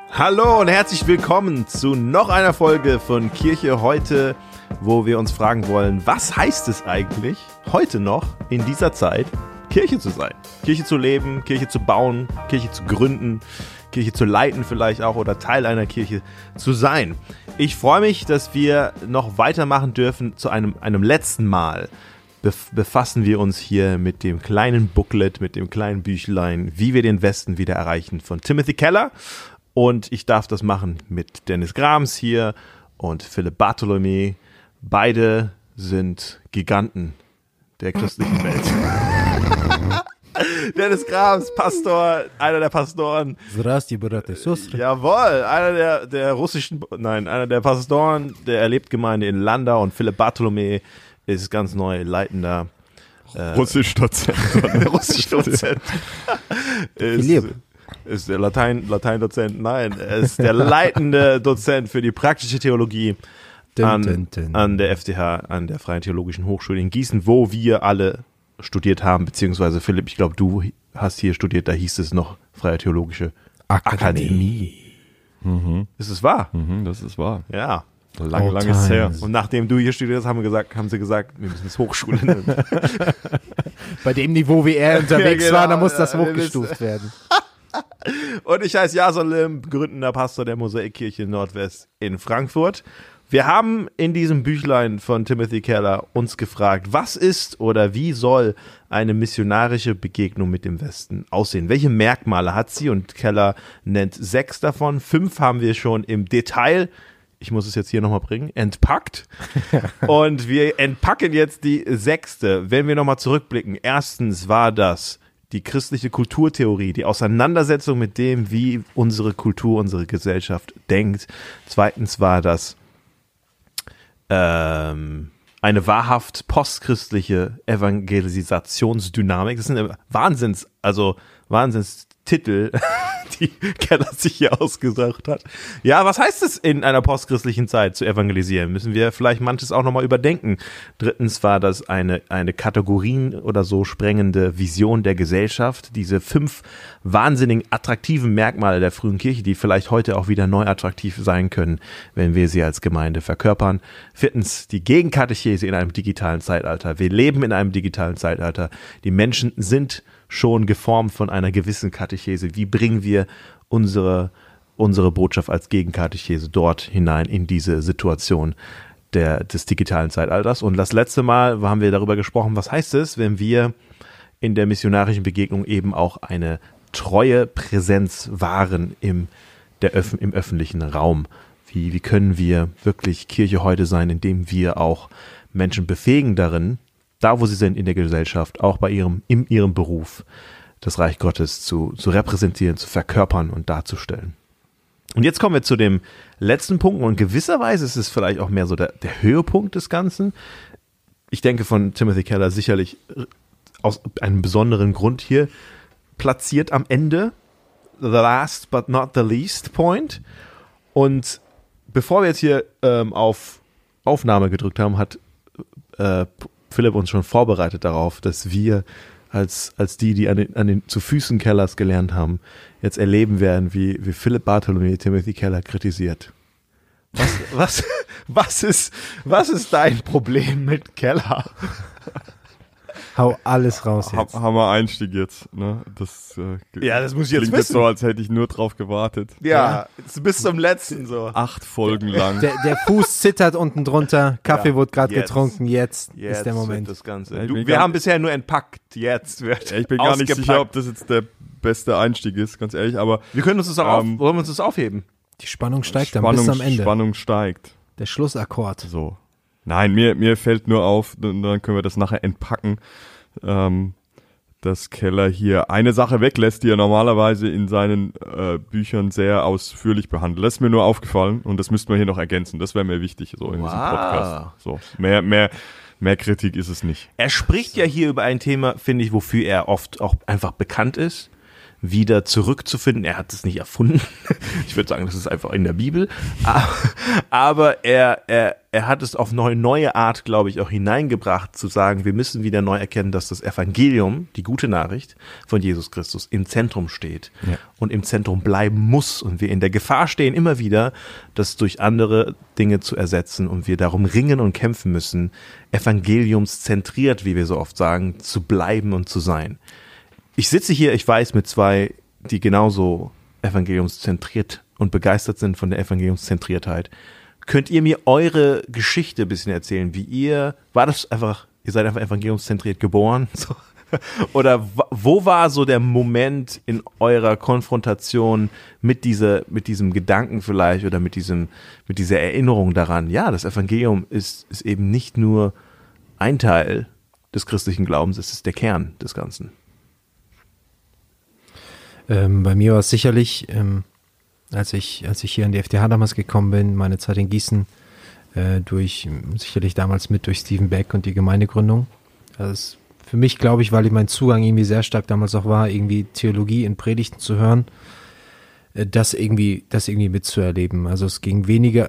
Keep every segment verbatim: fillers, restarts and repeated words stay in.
Hallo und herzlich willkommen zu noch einer Folge von Kirche heute, wo wir uns fragen wollen, was heißt es eigentlich, heute noch in dieser Zeit Kirche zu sein? Kirche zu leben, Kirche zu bauen, Kirche zu gründen, Kirche zu leiten vielleicht auch oder Teil einer Kirche zu sein. Ich freue mich, dass wir noch weitermachen dürfen zu einem, einem letzten Mal. Befassen wir uns hier mit dem kleinen Booklet, mit dem kleinen Büchlein, wie wir den Westen wieder erreichen von Timothy Keller. Und ich darf das machen mit Dennis Grams hier und Philipp Bartholomew. Beide sind Giganten der christlichen Welt. Dennis Grams, Pastor, einer der Pastoren. Jawohl, einer der, der russischen, nein, einer der Pastoren der Erlebtgemeinde in Landau, und Philipp Bartholomew ist ganz neu leitender äh, Russisch-Dozent. Russisch-Dozent. ist, ist der Latein, Latein-Dozent, nein, er ist der leitende Dozent für die praktische Theologie an, dun, dun, dun. an der F T H, an der Freien Theologischen Hochschule in Gießen, wo wir alle studiert haben, beziehungsweise Philipp, ich glaube, du hast hier studiert, da hieß es noch Freie Theologische Akademie. Akademie. Mhm. Ist es wahr? Mhm, das ist wahr. Ja. Lang, lang ist her. Und nachdem du hier studiert hast, haben wir gesagt, haben sie gesagt, wir müssen es Hochschule nennen. Bei dem Niveau, wie er unterwegs ja, genau, war, da muss das ja, hochgestuft werden. Und ich heiße Jason Lim, gründender Pastor der Mosaikkirche Nordwest in Frankfurt. Wir haben in diesem Büchlein von Timothy Keller uns gefragt, was ist oder wie soll eine missionarische Begegnung mit dem Westen aussehen? Welche Merkmale hat sie? Und Keller nennt sechs davon. Fünf haben wir schon im Detail, ich muss es jetzt hier nochmal bringen, entpackt. Und wir entpacken jetzt die sechste. Wenn wir nochmal zurückblicken, erstens war das die christliche Kulturtheorie, die Auseinandersetzung mit dem, wie unsere Kultur, unsere Gesellschaft denkt. Zweitens war das ähm, eine wahrhaft postchristliche Evangelisationsdynamik. Das sind Wahnsinns, also Wahnsinnstitel, die Keller sich hier ausgesucht hat. Ja, was heißt es in einer postchristlichen Zeit zu evangelisieren? Müssen wir vielleicht manches auch nochmal überdenken. Drittens war das eine, eine Kategorien oder so sprengende Vision der Gesellschaft. Diese fünf wahnsinnigen attraktiven Merkmale der frühen Kirche, die vielleicht heute auch wieder neu attraktiv sein können, wenn wir sie als Gemeinde verkörpern. Viertens, die Gegenkatechese in einem digitalen Zeitalter. Wir leben in einem digitalen Zeitalter. Die Menschen sind schon geformt von einer gewissen Katechese. Wie bringen wir unsere, unsere Botschaft als Gegenkatechese dort hinein in diese Situation der, des digitalen Zeitalters? Und das letzte Mal haben wir darüber gesprochen, was heißt es, wenn wir in der missionarischen Begegnung eben auch eine treue Präsenz wahren im, der Öff- im öffentlichen Raum. Wie, wie können wir wirklich Kirche heute sein, indem wir auch Menschen befähigen darin, da wo sie sind in der Gesellschaft, auch bei ihrem, in ihrem Beruf, das Reich Gottes zu, zu repräsentieren, zu verkörpern und darzustellen. Und jetzt kommen wir zu dem letzten Punkt, und gewisserweise ist es vielleicht auch mehr so der, der Höhepunkt des Ganzen. Ich denke, von Timothy Keller sicherlich aus einem besonderen Grund hier platziert am Ende, the last but not the least point. Und bevor wir jetzt hier ähm, auf Aufnahme gedrückt haben, hat äh, Philipp uns schon vorbereitet darauf, dass wir als, als die, die an den, an den zu Füßen Kellers gelernt haben, jetzt erleben werden, wie, wie Philipp Bartholomew Timothy Keller kritisiert. Was, was, was, ist, was ist dein Problem mit Keller? Hau alles raus jetzt. Ha- Hammer Einstieg jetzt, ne? Das, äh, ja, das muss ich jetzt klingt wissen. Jetzt so, als hätte ich nur drauf gewartet. Ja, ja. Bis zum letzten so. Acht Folgen lang. Der, der Fuß zittert unten drunter, Kaffee ja, wurde gerade jetzt. getrunken, jetzt, jetzt ist der Moment. Das Ganze. Ja, Du, wir haben bisher nur entpackt, jetzt wird ja, ich bin gar nicht ausgepackt. sicher, ob das jetzt der beste Einstieg ist, ganz ehrlich, aber wir können uns das auch ähm, auf, wollen wir uns das aufheben? Die Spannung steigt Spannung, dann bis am Ende. Spannung steigt. Der Schlussakkord. So. Nein, mir, mir fällt nur auf, und dann können wir das nachher entpacken, ähm, dass Keller hier eine Sache weglässt, die er normalerweise in seinen äh, Büchern sehr ausführlich behandelt. Das ist mir nur aufgefallen und das müssten wir hier noch ergänzen. Das wäre mir wichtig, so in Wow. diesem Podcast. So, mehr, mehr, mehr Kritik ist es nicht. Er spricht ja hier über ein Thema, finde ich, wofür er oft auch einfach bekannt ist, wieder zurückzufinden. Er hat es nicht erfunden. Ich würde sagen, das ist einfach in der Bibel. Aber er, er, er hat es auf eine neue Art, glaube ich, auch hineingebracht, zu sagen, wir müssen wieder neu erkennen, dass das Evangelium, die gute Nachricht von Jesus Christus, im Zentrum steht ja. und im Zentrum bleiben muss. Und wir in der Gefahr stehen, immer wieder, das durch andere Dinge zu ersetzen und wir darum ringen und kämpfen müssen, evangeliumszentriert, wie wir so oft sagen, zu bleiben und zu sein. Ich sitze hier, ich weiß, mit zwei, die genauso evangeliumszentriert und begeistert sind von der Evangeliumszentriertheit. Könnt ihr mir eure Geschichte ein bisschen erzählen, wie ihr, war das einfach, ihr seid einfach evangeliumszentriert geboren? So. Oder wo war so der Moment in eurer Konfrontation mit dieser, mit diesem Gedanken vielleicht oder mit diesem, mit dieser Erinnerung daran, ja, das Evangelium ist, ist eben nicht nur ein Teil des christlichen Glaubens, es ist der Kern des Ganzen. Ähm, bei mir war es sicherlich, ähm, als ich, als ich hier an die F D H damals gekommen bin, meine Zeit in Gießen, äh, durch, sicherlich damals mit durch Steven Beck und die Gemeindegründung. Das ist für mich, glaube ich, weil mein Zugang irgendwie sehr stark damals auch war, irgendwie Theologie in Predigten zu hören, äh, das irgendwie, das irgendwie mitzuerleben. Also es ging weniger,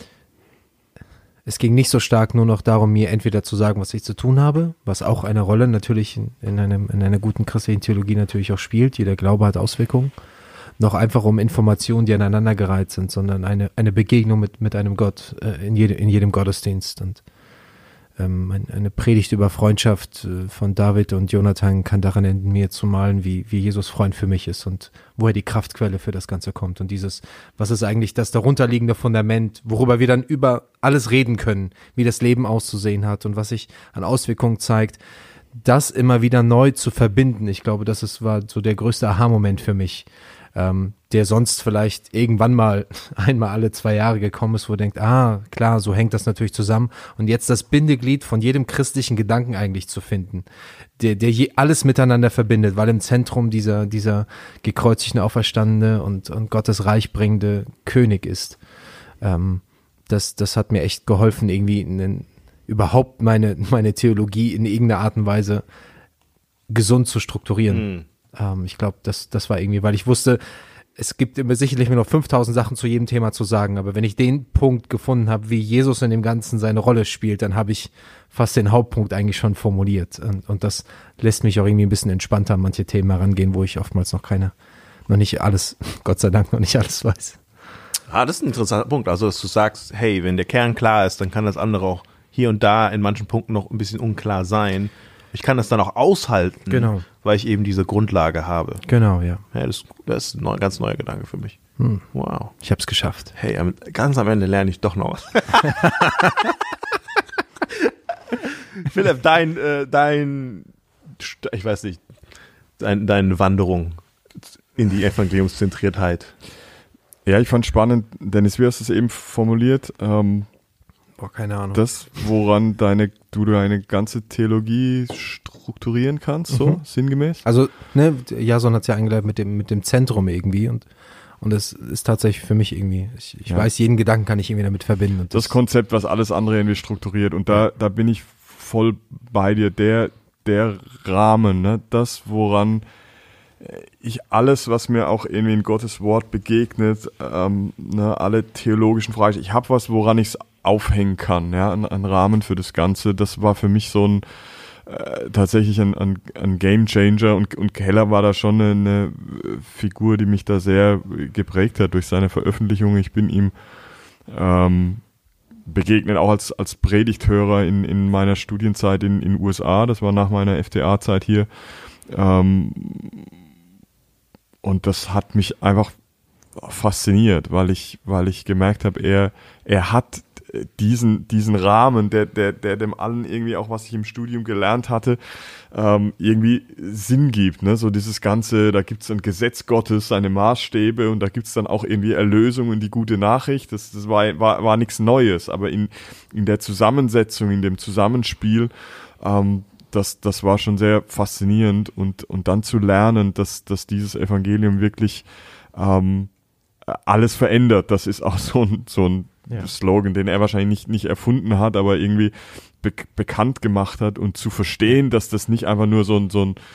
es ging nicht so stark nur noch darum, mir entweder zu sagen, was ich zu tun habe, was auch eine Rolle natürlich in, in, einem, in einer guten christlichen Theologie natürlich auch spielt. Jeder Glaube hat Auswirkungen. Noch einfach um Informationen, die aneinandergereiht sind, sondern eine, eine Begegnung mit, mit einem Gott äh, in, jede, in jedem Gottesdienst. Und ähm, ein, eine Predigt über Freundschaft äh, von David und Jonathan kann daran enden, mir zu malen, wie, wie Jesus Freund für mich ist und woher die Kraftquelle für das Ganze kommt. Und dieses, was ist eigentlich das darunterliegende Fundament, worüber wir dann über alles reden können, wie das Leben auszusehen hat und was sich an Auswirkungen zeigt, das immer wieder neu zu verbinden. Ich glaube, das ist, war so der größte Aha-Moment für mich. Ähm, der sonst vielleicht irgendwann mal einmal alle zwei Jahre gekommen ist, wo er denkt, ah, klar, so hängt das natürlich zusammen. Und jetzt das Bindeglied von jedem christlichen Gedanken eigentlich zu finden, der, der je alles miteinander verbindet, weil im Zentrum dieser, dieser gekreuzigte, auferstandene und, und Gottes Reich bringende König ist. Ähm, das, das hat mir echt geholfen, irgendwie in, in, überhaupt meine, meine Theologie in irgendeiner Art und Weise gesund zu strukturieren. Mhm. Ähm, ich glaube, das, das war irgendwie, weil ich wusste, es gibt immer sicherlich mir noch fünftausend Sachen zu jedem Thema zu sagen, aber wenn ich den Punkt gefunden habe, wie Jesus in dem Ganzen seine Rolle spielt, dann habe ich fast den Hauptpunkt eigentlich schon formuliert. Und, und das lässt mich auch irgendwie ein bisschen entspannter an manche Themen herangehen, wo ich oftmals noch keine, noch nicht alles, Gott sei Dank noch nicht alles weiß. Ah, das ist ein interessanter Punkt. Also, dass du sagst, hey, wenn der Kern klar ist, dann kann das andere auch hier und da in manchen Punkten noch ein bisschen unklar sein. Ich kann das dann auch aushalten, genau, weil ich eben diese Grundlage habe. Genau, ja. Ja, das, das ist ein neu, ganz neuer Gedanke für mich. Hm. Wow. Ich habe es geschafft. Hey, ganz am Ende lerne ich doch noch was. Philipp, dein, äh, dein, ich weiß nicht, dein, deine Wanderung in die Evangeliumszentriertheit. Ja, ich fand spannend, Dennis, wie hast du es eben formuliert? Ähm, Boah, keine Ahnung. Das, woran deine, du deine ganze Theologie strukturieren kannst, so mhm. sinngemäß? Also, ne, Jason hat es ja eingeleitet mit dem, mit dem Zentrum irgendwie und und das ist tatsächlich für mich irgendwie, ich, ich ja. weiß, jeden Gedanken kann ich irgendwie damit verbinden. Und das, das Konzept, was alles andere irgendwie strukturiert und da, da bin ich voll bei dir, der, der Rahmen, ne, das, woran ich alles, was mir auch irgendwie in Gottes Wort begegnet, ähm, ne, alle theologischen Fragen, ich habe was, woran ich es aufhängen kann, ja, ein, ein Rahmen für das Ganze. Das war für mich so ein äh, tatsächlich ein, ein, ein Game Changer und, und Keller war da schon eine, eine Figur, die mich da sehr geprägt hat durch seine Veröffentlichungen. Ich bin ihm ähm, begegnet, auch als, als Predigthörer in, in meiner Studienzeit in den U S A, das war nach meiner F D A-Zeit hier. Ähm, und das hat mich einfach fasziniert, weil ich, weil ich gemerkt habe, er, er hat diesen, diesen Rahmen, der, der, der dem allen irgendwie auch, was ich im Studium gelernt hatte, ähm, irgendwie Sinn gibt, ne? So dieses Ganze, da gibt's ein Gesetz Gottes, seine Maßstäbe und da gibt's dann auch irgendwie Erlösung und die gute Nachricht. Das, das war, war, war nichts Neues, aber in, in der Zusammensetzung, in dem Zusammenspiel, ähm, das, das war schon sehr faszinierend und, und dann zu lernen, dass, dass dieses Evangelium wirklich, ähm, alles verändert. Das ist auch so ein, so ein ja. Slogan, den er wahrscheinlich nicht, nicht erfunden hat, aber irgendwie be- bekannt gemacht hat und zu verstehen, dass das nicht einfach nur so ein, so ein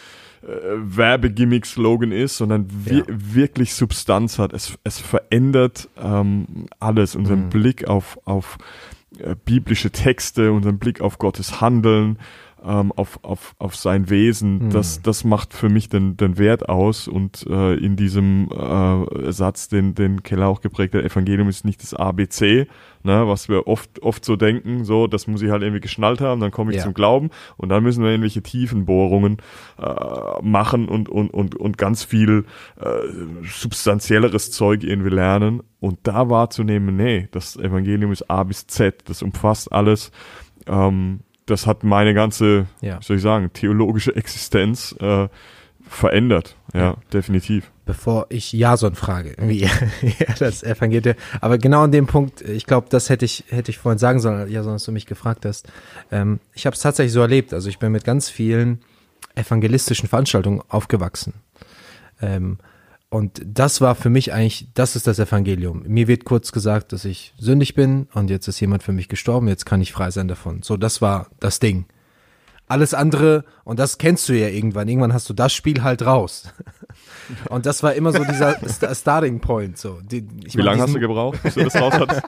Werbegimmick-Slogan ist, sondern wir, Ja. wirklich Substanz hat. Es, es verändert ähm, alles, unseren Mhm. Blick auf, auf äh, biblische Texte, unseren Blick auf Gottes Handeln, ähm, auf, auf, auf sein Wesen. Mhm. Das, das macht für mich den, den Wert aus. Und äh, in diesem äh, Satz, den, den Keller auch geprägt hat, Evangelium ist nicht das A B C, ne, was wir oft, oft so denken, so, das muss ich halt irgendwie geschnallt haben, dann komme ich Ja. zum Glauben und dann müssen wir irgendwelche Tiefenbohrungen äh, machen und, und, und, und ganz viel äh, substanzielleres Zeug irgendwie lernen. Und da wahrzunehmen, nee, das Evangelium ist A bis Z, das umfasst alles. Ähm, das hat meine ganze, Ja. wie soll ich sagen, theologische Existenz äh, verändert. Ja, Ja. definitiv. Bevor ich Jason frage, wie er das Evangelium, aber genau an dem Punkt, ich glaube, das hätte ich, hätte ich vorhin sagen sollen, Jason, als du mich gefragt hast. Ähm, ich habe es tatsächlich so erlebt, also ich bin mit ganz vielen evangelistischen Veranstaltungen aufgewachsen. Ähm, und das war für mich eigentlich, das ist das Evangelium. Mir wird kurz gesagt, dass ich sündig bin und jetzt ist jemand für mich gestorben, jetzt kann ich frei sein davon. So, das war das Ding. Alles andere, und das kennst du ja irgendwann, irgendwann hast du das Spiel halt raus. Und das war immer so dieser St- Starting Point. So. Die, ich Wie mein, lange hast diesen- du gebraucht, bis du das raus hattest?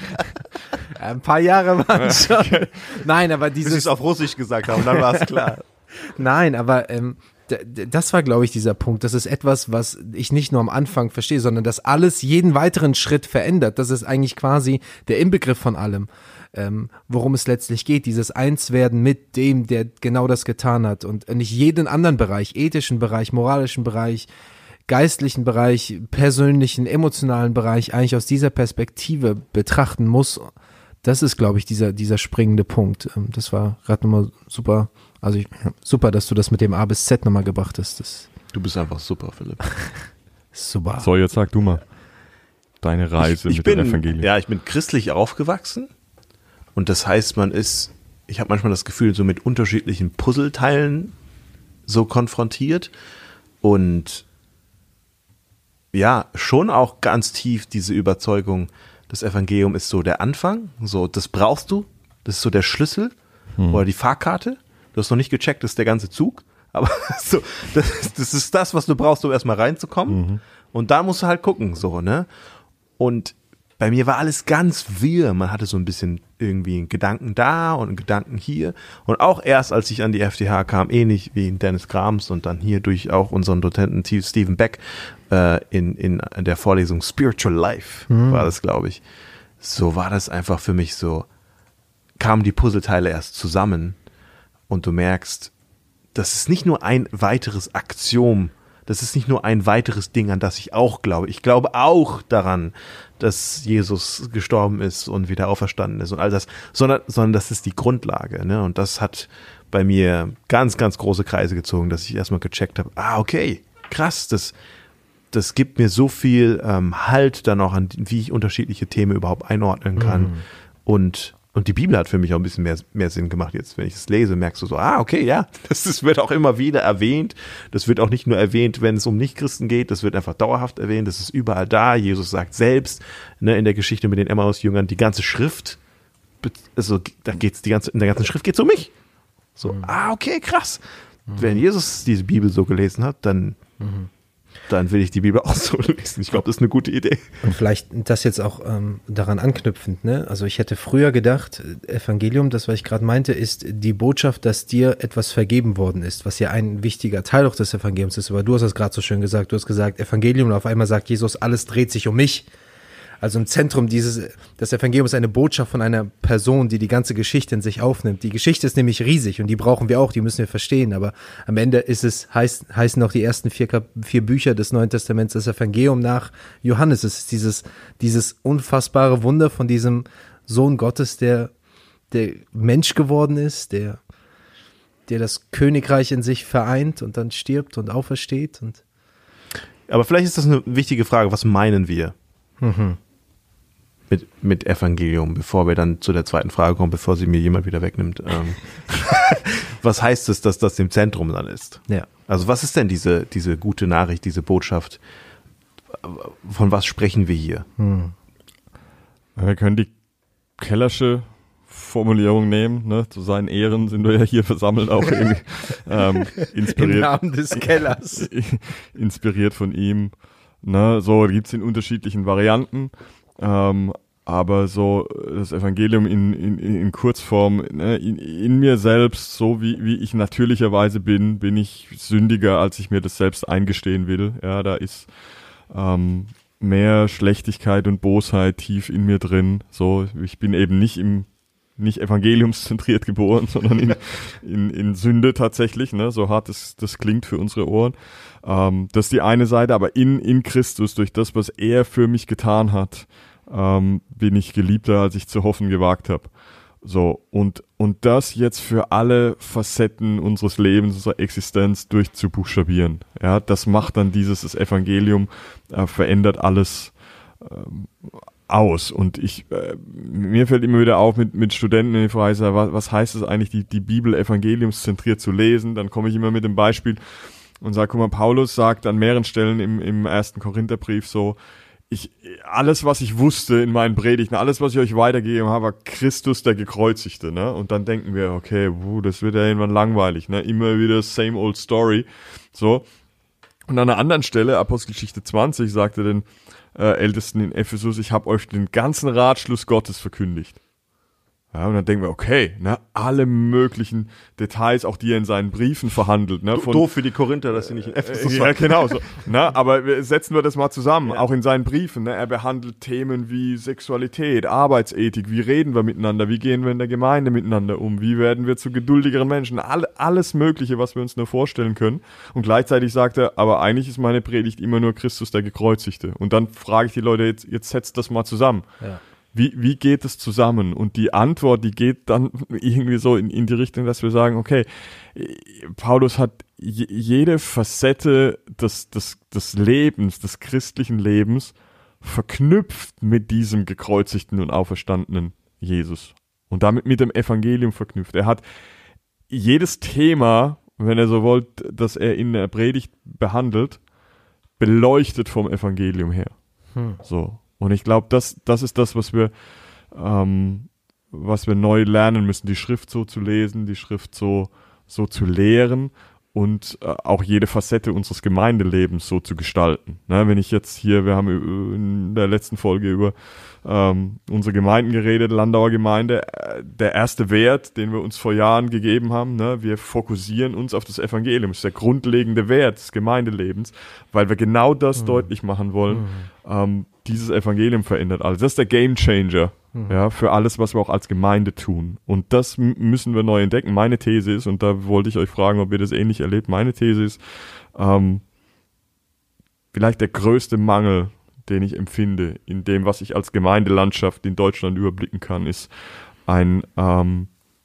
Ein paar Jahre waren schon. Nein, aber Bis sie es dieses, auf Russisch gesagt haben, dann war es klar. nein, aber ähm, d- d- das war, glaube ich, dieser Punkt. Das ist etwas, was ich nicht nur am Anfang verstehe, sondern das alles jeden weiteren Schritt verändert. Das ist eigentlich quasi der Inbegriff von allem, ähm, worum es letztlich geht. Dieses Einswerden mit dem, der genau das getan hat und nicht jeden anderen Bereich, ethischen Bereich, moralischen Bereich, geistlichen Bereich, persönlichen, emotionalen Bereich eigentlich aus dieser Perspektive betrachten muss. Das ist, glaube ich, dieser, dieser springende Punkt. Ähm, Das war gerade nochmal super. Also ich, super, dass du das mit dem A bis Z nochmal gebracht hast. Das Du bist einfach super, Philipp. ist super. So, jetzt sag du mal deine Reise ich mit bin, dem Evangelium. Ja, ich bin christlich aufgewachsen und das heißt, man ist, ich habe manchmal das Gefühl, so mit unterschiedlichen Puzzleteilen so konfrontiert und ja, schon auch ganz tief diese Überzeugung, das Evangelium ist so der Anfang, so das brauchst du, das ist so der Schlüssel oder die Fahrkarte. Du hast noch nicht gecheckt, das ist der ganze Zug, aber so, das, das ist das, was du brauchst, um erstmal reinzukommen. Und da musst du halt gucken, so, ne? Und bei mir war alles ganz wirr. Man hatte so ein bisschen irgendwie einen Gedanken da und einen Gedanken hier. Und auch erst, als ich an die F T H kam, ähnlich wie in Dennis Grams und dann hier durch auch unseren Dozenten Stephen Beck äh, in, in der Vorlesung Spiritual Life war das, glaube ich. So war das einfach für mich so, kamen die Puzzleteile erst zusammen und du merkst, das ist nicht nur ein weiteres Axiom, das ist nicht nur ein weiteres Ding, an das ich auch glaube. Ich glaube auch daran, dass Jesus gestorben ist und wieder auferstanden ist und all das, sondern, sondern das ist die Grundlage, ne? Und das hat bei mir ganz, ganz große Kreise gezogen, dass ich erstmal gecheckt habe, ah, okay, krass, das, das gibt mir so viel ähm, Halt dann auch an, wie ich unterschiedliche Themen überhaupt einordnen kann. Mhm. Und Und die Bibel hat für mich auch ein bisschen mehr, mehr Sinn gemacht jetzt. Wenn ich es lese, merkst du so, ah, okay, ja, das, das wird auch immer wieder erwähnt. Das wird auch nicht nur erwähnt, wenn es um Nichtchristen geht, das wird einfach dauerhaft erwähnt. Das ist überall da. Jesus sagt selbst, ne, in der Geschichte mit den Emmaus-Jüngern, die ganze Schrift, also da geht's die ganze, in der ganzen Schrift geht's um mich. So, mhm. ah, okay, krass. Mhm. Wenn Jesus diese Bibel so gelesen hat, dann mhm. dann will ich die Bibel auch so lesen. Ich glaube, das ist eine gute Idee. Und vielleicht das jetzt auch ähm, daran anknüpfend, ne? Also ich hätte früher gedacht, Evangelium, das, was ich gerade meinte, ist die Botschaft, dass dir etwas vergeben worden ist, was ja ein wichtiger Teil auch des Evangeliums ist. Aber du hast das gerade so schön gesagt. Du hast gesagt, Evangelium, und auf einmal sagt Jesus, alles dreht sich um mich. Also im Zentrum dieses, das Evangelium ist eine Botschaft von einer Person, die die ganze Geschichte in sich aufnimmt. Die Geschichte ist nämlich riesig und die brauchen wir auch, die müssen wir verstehen. Aber am Ende ist es, heißt, heißen auch die ersten vier, vier Bücher des Neuen Testaments das Evangelium nach Johannes. Es ist dieses, dieses unfassbare Wunder von diesem Sohn Gottes, der, der Mensch geworden ist, der, der das Königreich in sich vereint und dann stirbt und aufersteht. Und Aber vielleicht ist das eine wichtige Frage. Was meinen wir? Mhm. Mit, mit Evangelium, bevor wir dann zu der zweiten Frage kommen, bevor sie mir jemand wieder wegnimmt. Ähm, was heißt es, dass das im Zentrum dann ist? Ja. Also was ist denn diese, diese gute Nachricht, diese Botschaft? Von was sprechen wir hier? Hm. Wir können die Kellersche Formulierung nehmen, ne? Zu seinen Ehren sind wir ja hier versammelt, auch irgendwie, ähm, inspiriert. Im Namen des Kellers. Inspiriert von ihm. Ne? So gibt's in unterschiedlichen Varianten. Ähm, aber so das Evangelium in, in, in Kurzform, ne? in, in mir selbst, so wie, wie ich natürlicherweise bin, bin ich sündiger, als ich mir das selbst eingestehen will. Ja, da ist ähm, mehr Schlechtigkeit und Bosheit tief in mir drin. So, ich bin eben nicht im nicht evangeliumszentriert geboren, sondern in, in, in Sünde tatsächlich, ne? So hart das, das klingt für unsere Ohren. Ähm, das ist die eine Seite, aber in, in Christus, durch das, was er für mich getan hat, ähm, bin ich geliebter, als ich zu hoffen gewagt habe. So, und, und das jetzt für alle Facetten unseres Lebens, unserer Existenz durchzubuchstabieren. Ja, das macht dann dieses, das Evangelium, äh, verändert alles, ähm, aus. Und ich, äh, mir fällt immer wieder auf mit, mit Studenten, wenn ich frage, was, was heißt es eigentlich, die, die Bibel evangeliumszentriert zu lesen? Dann komme ich immer mit dem Beispiel und sage, guck mal, Paulus sagt an mehreren Stellen im, im ersten Korintherbrief so, ich, alles, was ich wusste in meinen Predigten, alles, was ich euch weitergegeben habe, war Christus der Gekreuzigte, ne? Und dann denken wir, okay, wuh, das wird ja irgendwann langweilig, ne? Immer wieder same old story, so. Und an einer anderen Stelle, Apostelgeschichte zwanzig, sagte denn, Äh, Ältesten in Ephesus, ich habe euch den ganzen Ratschluss Gottes verkündigt. Ja, und dann denken wir, okay, ne, alle möglichen Details, auch die er in seinen Briefen verhandelt. Ne, von, doof für die Korinther, dass sie nicht in Ephesus äh, waren. Ja, genau so. Ne, aber wir setzen wir das mal zusammen, ja. Auch in seinen Briefen. Ne, er behandelt Themen wie Sexualität, Arbeitsethik, wie reden wir miteinander, wie gehen wir in der Gemeinde miteinander um, wie werden wir zu geduldigeren Menschen, all, alles Mögliche, was wir uns nur vorstellen können. Und gleichzeitig sagt er, aber eigentlich ist meine Predigt immer nur Christus der Gekreuzigte. Und dann frage ich die Leute, jetzt, jetzt setzt das mal zusammen. Ja. Wie, wie geht es zusammen? Und die Antwort, die geht dann irgendwie so in, in die Richtung, dass wir sagen, okay, Paulus hat j- jede Facette des, des, des Lebens, des christlichen Lebens verknüpft mit diesem gekreuzigten und auferstandenen Jesus. Und damit mit dem Evangelium verknüpft. Er hat jedes Thema, wenn er so wollt, das er in der Predigt behandelt, beleuchtet vom Evangelium her. Hm. So. Und ich glaube, das, das ist das, was wir, ähm, was wir neu lernen müssen, die Schrift so zu lesen, die Schrift so, so zu lehren und äh, auch jede Facette unseres Gemeindelebens so zu gestalten. Ne, wenn ich jetzt hier, wir haben in der letzten Folge über ähm, unsere Gemeinden geredet, Landauer Gemeinde, äh, der erste Wert, den wir uns vor Jahren gegeben haben, ne, wir fokussieren uns auf das Evangelium, das ist der grundlegende Wert des Gemeindelebens, weil wir genau das mhm. deutlich machen wollen, mhm. ähm, dieses Evangelium verändert alles. Das ist der Game Changer, mhm. ja, für alles, was wir auch als Gemeinde tun. Und das m- müssen wir neu entdecken. Meine These ist, und da wollte ich euch fragen, ob ihr das ähnlich erlebt, meine These ist, ähm, vielleicht der größte Mangel, den ich empfinde, in dem, was ich als Gemeindelandschaft in Deutschland überblicken kann, ist ein ähm,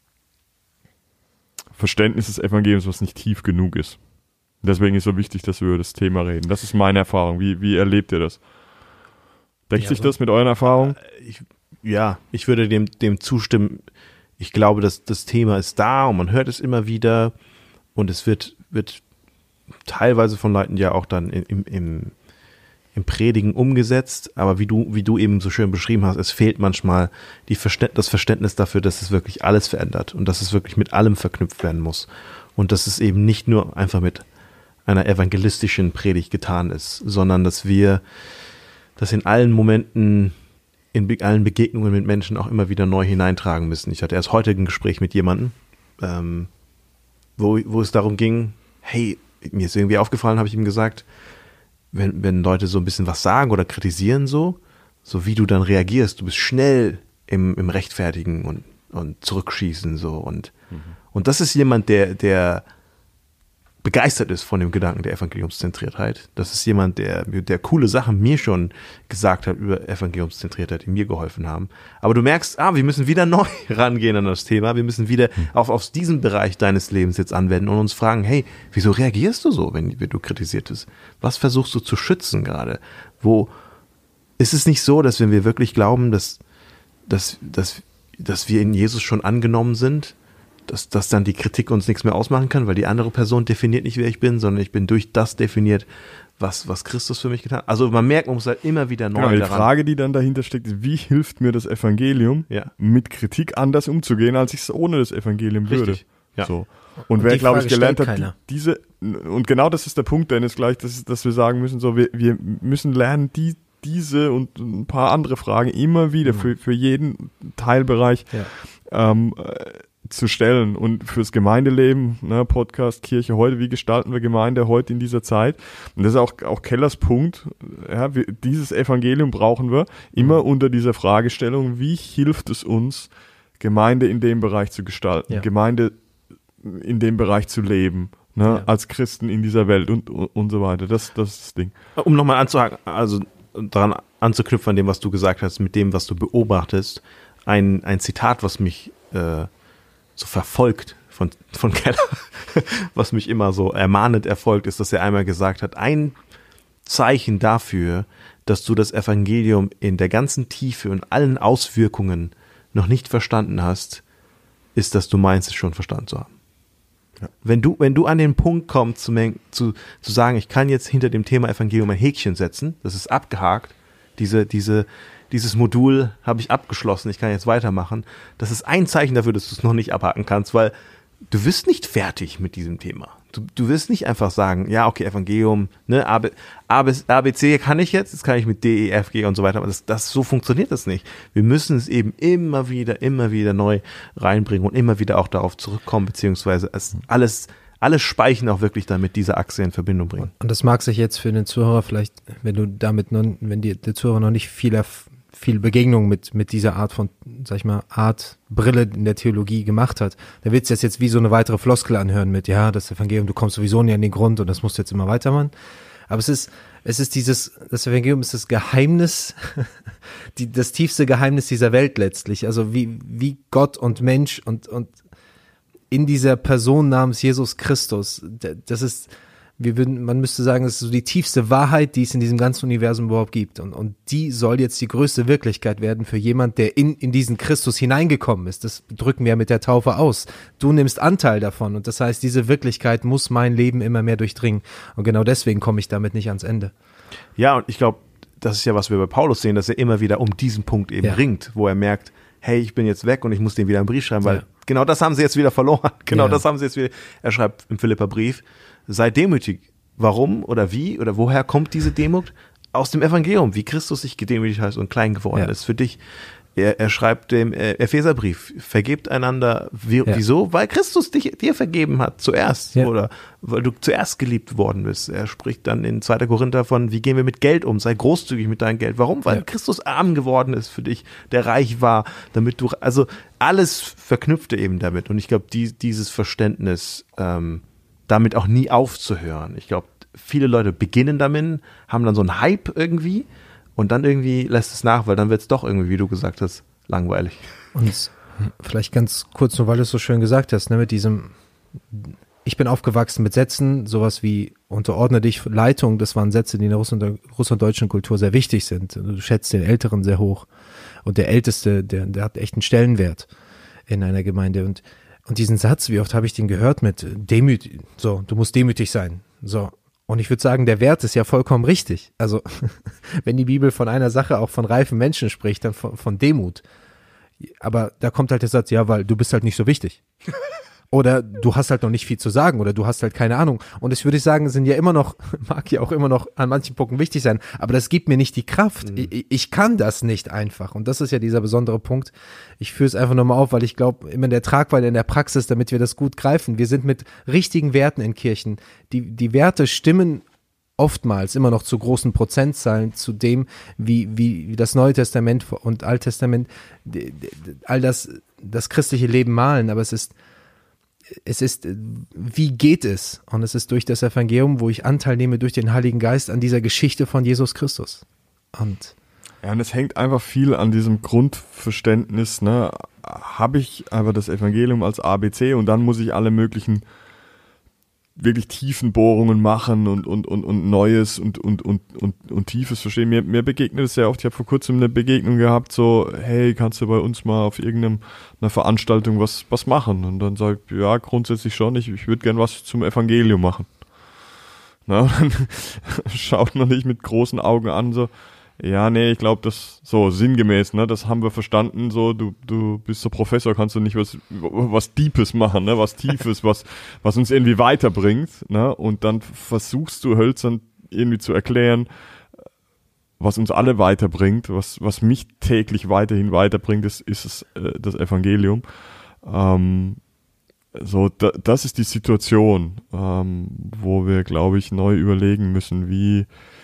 Verständnis des Evangeliums, was nicht tief genug ist. Deswegen ist es so wichtig, dass wir über das Thema reden. Das ist meine Erfahrung. Wie, wie erlebt ihr das? Deckt ja, sich das mit euren Erfahrungen? Ich, ja, ich würde dem, dem zustimmen. Ich glaube, dass das Thema ist da und man hört es immer wieder und es wird, wird teilweise von Leuten ja auch dann im, im, im Predigen umgesetzt, aber wie du, wie du eben so schön beschrieben hast, es fehlt manchmal die Verständ, das Verständnis dafür, dass es wirklich alles verändert und dass es wirklich mit allem verknüpft werden muss und dass es eben nicht nur einfach mit einer evangelistischen Predigt getan ist, sondern dass wir das in allen Momenten, in be- allen Begegnungen mit Menschen auch immer wieder neu hineintragen müssen. Ich hatte erst heute ein Gespräch mit jemandem, ähm, wo, wo es darum ging, hey, mir ist irgendwie aufgefallen, habe ich ihm gesagt, wenn, wenn Leute so ein bisschen was sagen oder kritisieren so, so wie du dann reagierst, du bist schnell im, im Rechtfertigen und, und Zurückschießen so und, mhm. und das ist jemand, der, der begeistert ist von dem Gedanken der Evangeliumszentriertheit. Das ist jemand, der, der coole Sachen mir schon gesagt hat über Evangeliumszentriertheit, die mir geholfen haben. Aber du merkst, ah, wir müssen wieder neu rangehen an das Thema. Wir müssen wieder auf, auf diesen Bereich deines Lebens jetzt anwenden und uns fragen, hey, wieso reagierst du so, wenn, wenn du kritisiert bist? Was versuchst du zu schützen gerade? Wo ist es nicht so, dass wenn wir wirklich glauben, dass, dass, dass, dass wir in Jesus schon angenommen sind, dass, dass dann die Kritik uns nichts mehr ausmachen kann, weil die andere Person definiert nicht, wer ich bin, sondern ich bin durch das definiert, was, was Christus für mich getan hat. Also man merkt, man muss halt immer wieder neu genau, die daran. Frage, die dann dahinter steckt, ist, wie hilft mir das Evangelium, Ja. mit Kritik anders umzugehen, als ich es ohne das Evangelium würde. Richtig. Ja. So. Und, Und wer, die glaube ich, Frage gelernt stellt hat, die, keiner. diese, und genau das ist der Punkt, Dennis, gleich, dass, dass wir sagen müssen, so, wir, wir müssen lernen, die, diese und ein paar andere Fragen immer wieder Mhm. für, für jeden Teilbereich Ja. ähm, äh, zu stellen. Und fürs Gemeindeleben, ne, Podcast, Kirche heute, wie gestalten wir Gemeinde heute in dieser Zeit? Und das ist auch, auch Kellers Punkt. Ja, wir, dieses Evangelium brauchen wir immer Mhm. unter dieser Fragestellung, wie hilft es uns, Gemeinde in dem Bereich zu gestalten, Ja. Gemeinde in dem Bereich zu leben, ne, Ja. als Christen in dieser Welt und, und, und so weiter. Das, das ist das Ding. Um nochmal anzuhaken, also daran anzuknüpfen an dem, was du gesagt hast, mit dem, was du beobachtest, ein, ein Zitat, was mich äh, so verfolgt von, von Keller, was mich immer so ermahnend erfolgt, ist, dass er einmal gesagt hat, ein Zeichen dafür, dass du das Evangelium in der ganzen Tiefe und allen Auswirkungen noch nicht verstanden hast, ist, dass du meinst, es schon verstanden zu haben. Ja. Wenn du, wenn du an den Punkt kommst, zu, zu, zu sagen, ich kann jetzt hinter dem Thema Evangelium ein Häkchen setzen, das ist abgehakt, diese, diese, dieses Modul habe ich abgeschlossen, ich kann jetzt weitermachen, das ist ein Zeichen dafür, dass du es noch nicht abhaken kannst, weil du wirst nicht fertig mit diesem Thema. Du, du wirst nicht einfach sagen, ja, okay, Evangelium, ne, A B, A B, A B C kann ich jetzt, jetzt kann ich mit D, E, F, G und so weiter, aber das, das, so funktioniert das nicht. Wir müssen es eben immer wieder, immer wieder neu reinbringen und immer wieder auch darauf zurückkommen, beziehungsweise es alles, alles Speichen auch wirklich dann mit dieser Achse in Verbindung bringen. Und das mag sich jetzt für den Zuhörer vielleicht, wenn du damit noch, wenn die, der Zuhörer noch nicht viel, erf- viel Begegnung mit, mit dieser Art von, sag ich mal, Art Brille in der Theologie gemacht hat, da wird es jetzt, jetzt wie so eine weitere Floskel anhören mit, ja, das Evangelium, du kommst sowieso nie an den Grund und das musst du jetzt immer weitermachen. Aber es ist, es ist dieses, das Evangelium ist das Geheimnis, die, das tiefste Geheimnis dieser Welt letztlich. Also wie, wie Gott und Mensch und, und in dieser Person namens Jesus Christus, das ist, wir würden, man müsste sagen, das ist so die tiefste Wahrheit, die es in diesem ganzen Universum überhaupt gibt. Und, und die soll jetzt die größte Wirklichkeit werden für jemand, der in, in diesen Christus hineingekommen ist. Das drücken wir mit der Taufe aus. Du nimmst Anteil davon. Und das heißt, diese Wirklichkeit muss mein Leben immer mehr durchdringen. Und genau deswegen komme ich damit nicht ans Ende. Ja, und ich glaube, das ist ja, was wir bei Paulus sehen, dass er immer wieder um diesen Punkt eben Ja. ringt, wo er merkt, hey, ich bin jetzt weg und ich muss den wieder einen Brief schreiben, weil Ja. genau das haben sie jetzt wieder verloren. Genau Ja. das haben sie jetzt wieder. Er schreibt im Philipperbrief, sei demütig. Warum oder wie oder woher kommt diese Demut? Aus dem Evangelium, wie Christus sich gedemütigt hat und klein geworden Ja. ist für dich. Er, er schreibt dem äh, Epheserbrief, vergebt einander. Wie, Ja. Wieso? Weil Christus dich, dir vergeben hat zuerst Ja. oder weil du zuerst geliebt worden bist. Er spricht dann in zweiter Korinther von, wie gehen wir mit Geld um? Sei großzügig mit deinem Geld. Warum? Weil Ja. Christus arm geworden ist für dich, der reich war, damit du, also alles verknüpfte eben damit. Und ich glaube, die, dieses Verständnis, ähm, damit auch nie aufzuhören. Ich glaube, viele Leute beginnen damit, haben dann so einen Hype irgendwie und dann irgendwie lässt es nach, weil dann wird es doch irgendwie, wie du gesagt hast, langweilig. Und vielleicht ganz kurz, nur weil du es so schön gesagt hast, ne, mit diesem, ich bin aufgewachsen mit Sätzen, sowas wie unterordne dich Leitung, das waren Sätze, die in der russland- russlanddeutschen Kultur sehr wichtig sind. Du schätzt den Älteren sehr hoch und der Älteste, der, der hat echt einen Stellenwert in einer Gemeinde und Und diesen Satz, wie oft habe ich den gehört mit demütig, so, du musst demütig sein, so. Und ich würde sagen, der Wert ist ja vollkommen richtig. Also, wenn die Bibel von einer Sache auch von reifen Menschen spricht, dann von, von Demut. Aber da kommt halt der Satz, ja, weil du bist halt nicht so wichtig. Oder du hast halt noch nicht viel zu sagen oder du hast halt keine Ahnung. Und das würde ich sagen, sind ja immer noch, mag ja auch immer noch an manchen Punkten wichtig sein, aber das gibt mir nicht die Kraft. Mhm. Ich, ich kann das nicht einfach. Und das ist ja dieser besondere Punkt. Ich führe es einfach nochmal auf, weil ich glaube, immer in der Tragweite in der Praxis, damit wir das gut greifen. Wir sind mit richtigen Werten in Kirchen. Die, die Werte stimmen oftmals immer noch zu großen Prozentzahlen zu dem, wie, wie, wie das Neue Testament und Alttestament all das, das christliche Leben malen. Aber es ist Es ist, wie geht es? Und es ist durch das Evangelium, wo ich Anteil nehme durch den Heiligen Geist an dieser Geschichte von Jesus Christus. Und ja, und es hängt einfach viel an diesem Grundverständnis, ne? Habe ich aber das Evangelium als A B C und dann muss ich alle möglichen wirklich Tiefenbohrungen machen und und und und Neues und und und und und Tiefes verstehen. Mir mir begegnet es ja oft. Ich habe vor kurzem eine Begegnung gehabt, so hey, kannst du bei uns mal auf irgendeiner Veranstaltung was was machen? Und dann sagt ja grundsätzlich schon. Ich ich würde gern was zum Evangelium machen. Na, und dann schaut man dich mit großen Augen an, so ja, nee, ich glaube, das so sinngemäß, ne, das haben wir verstanden, so du du bist so Professor, kannst du nicht was was Deepes machen, ne, was Tiefes, was was uns irgendwie weiterbringt, ne, und dann versuchst du hölzern irgendwie zu erklären, was uns alle weiterbringt, was was mich täglich weiterhin weiterbringt, das ist es, äh, das Evangelium. Ähm, so, da, das ist die Situation, ähm, wo wir, glaube ich, neu überlegen müssen, wie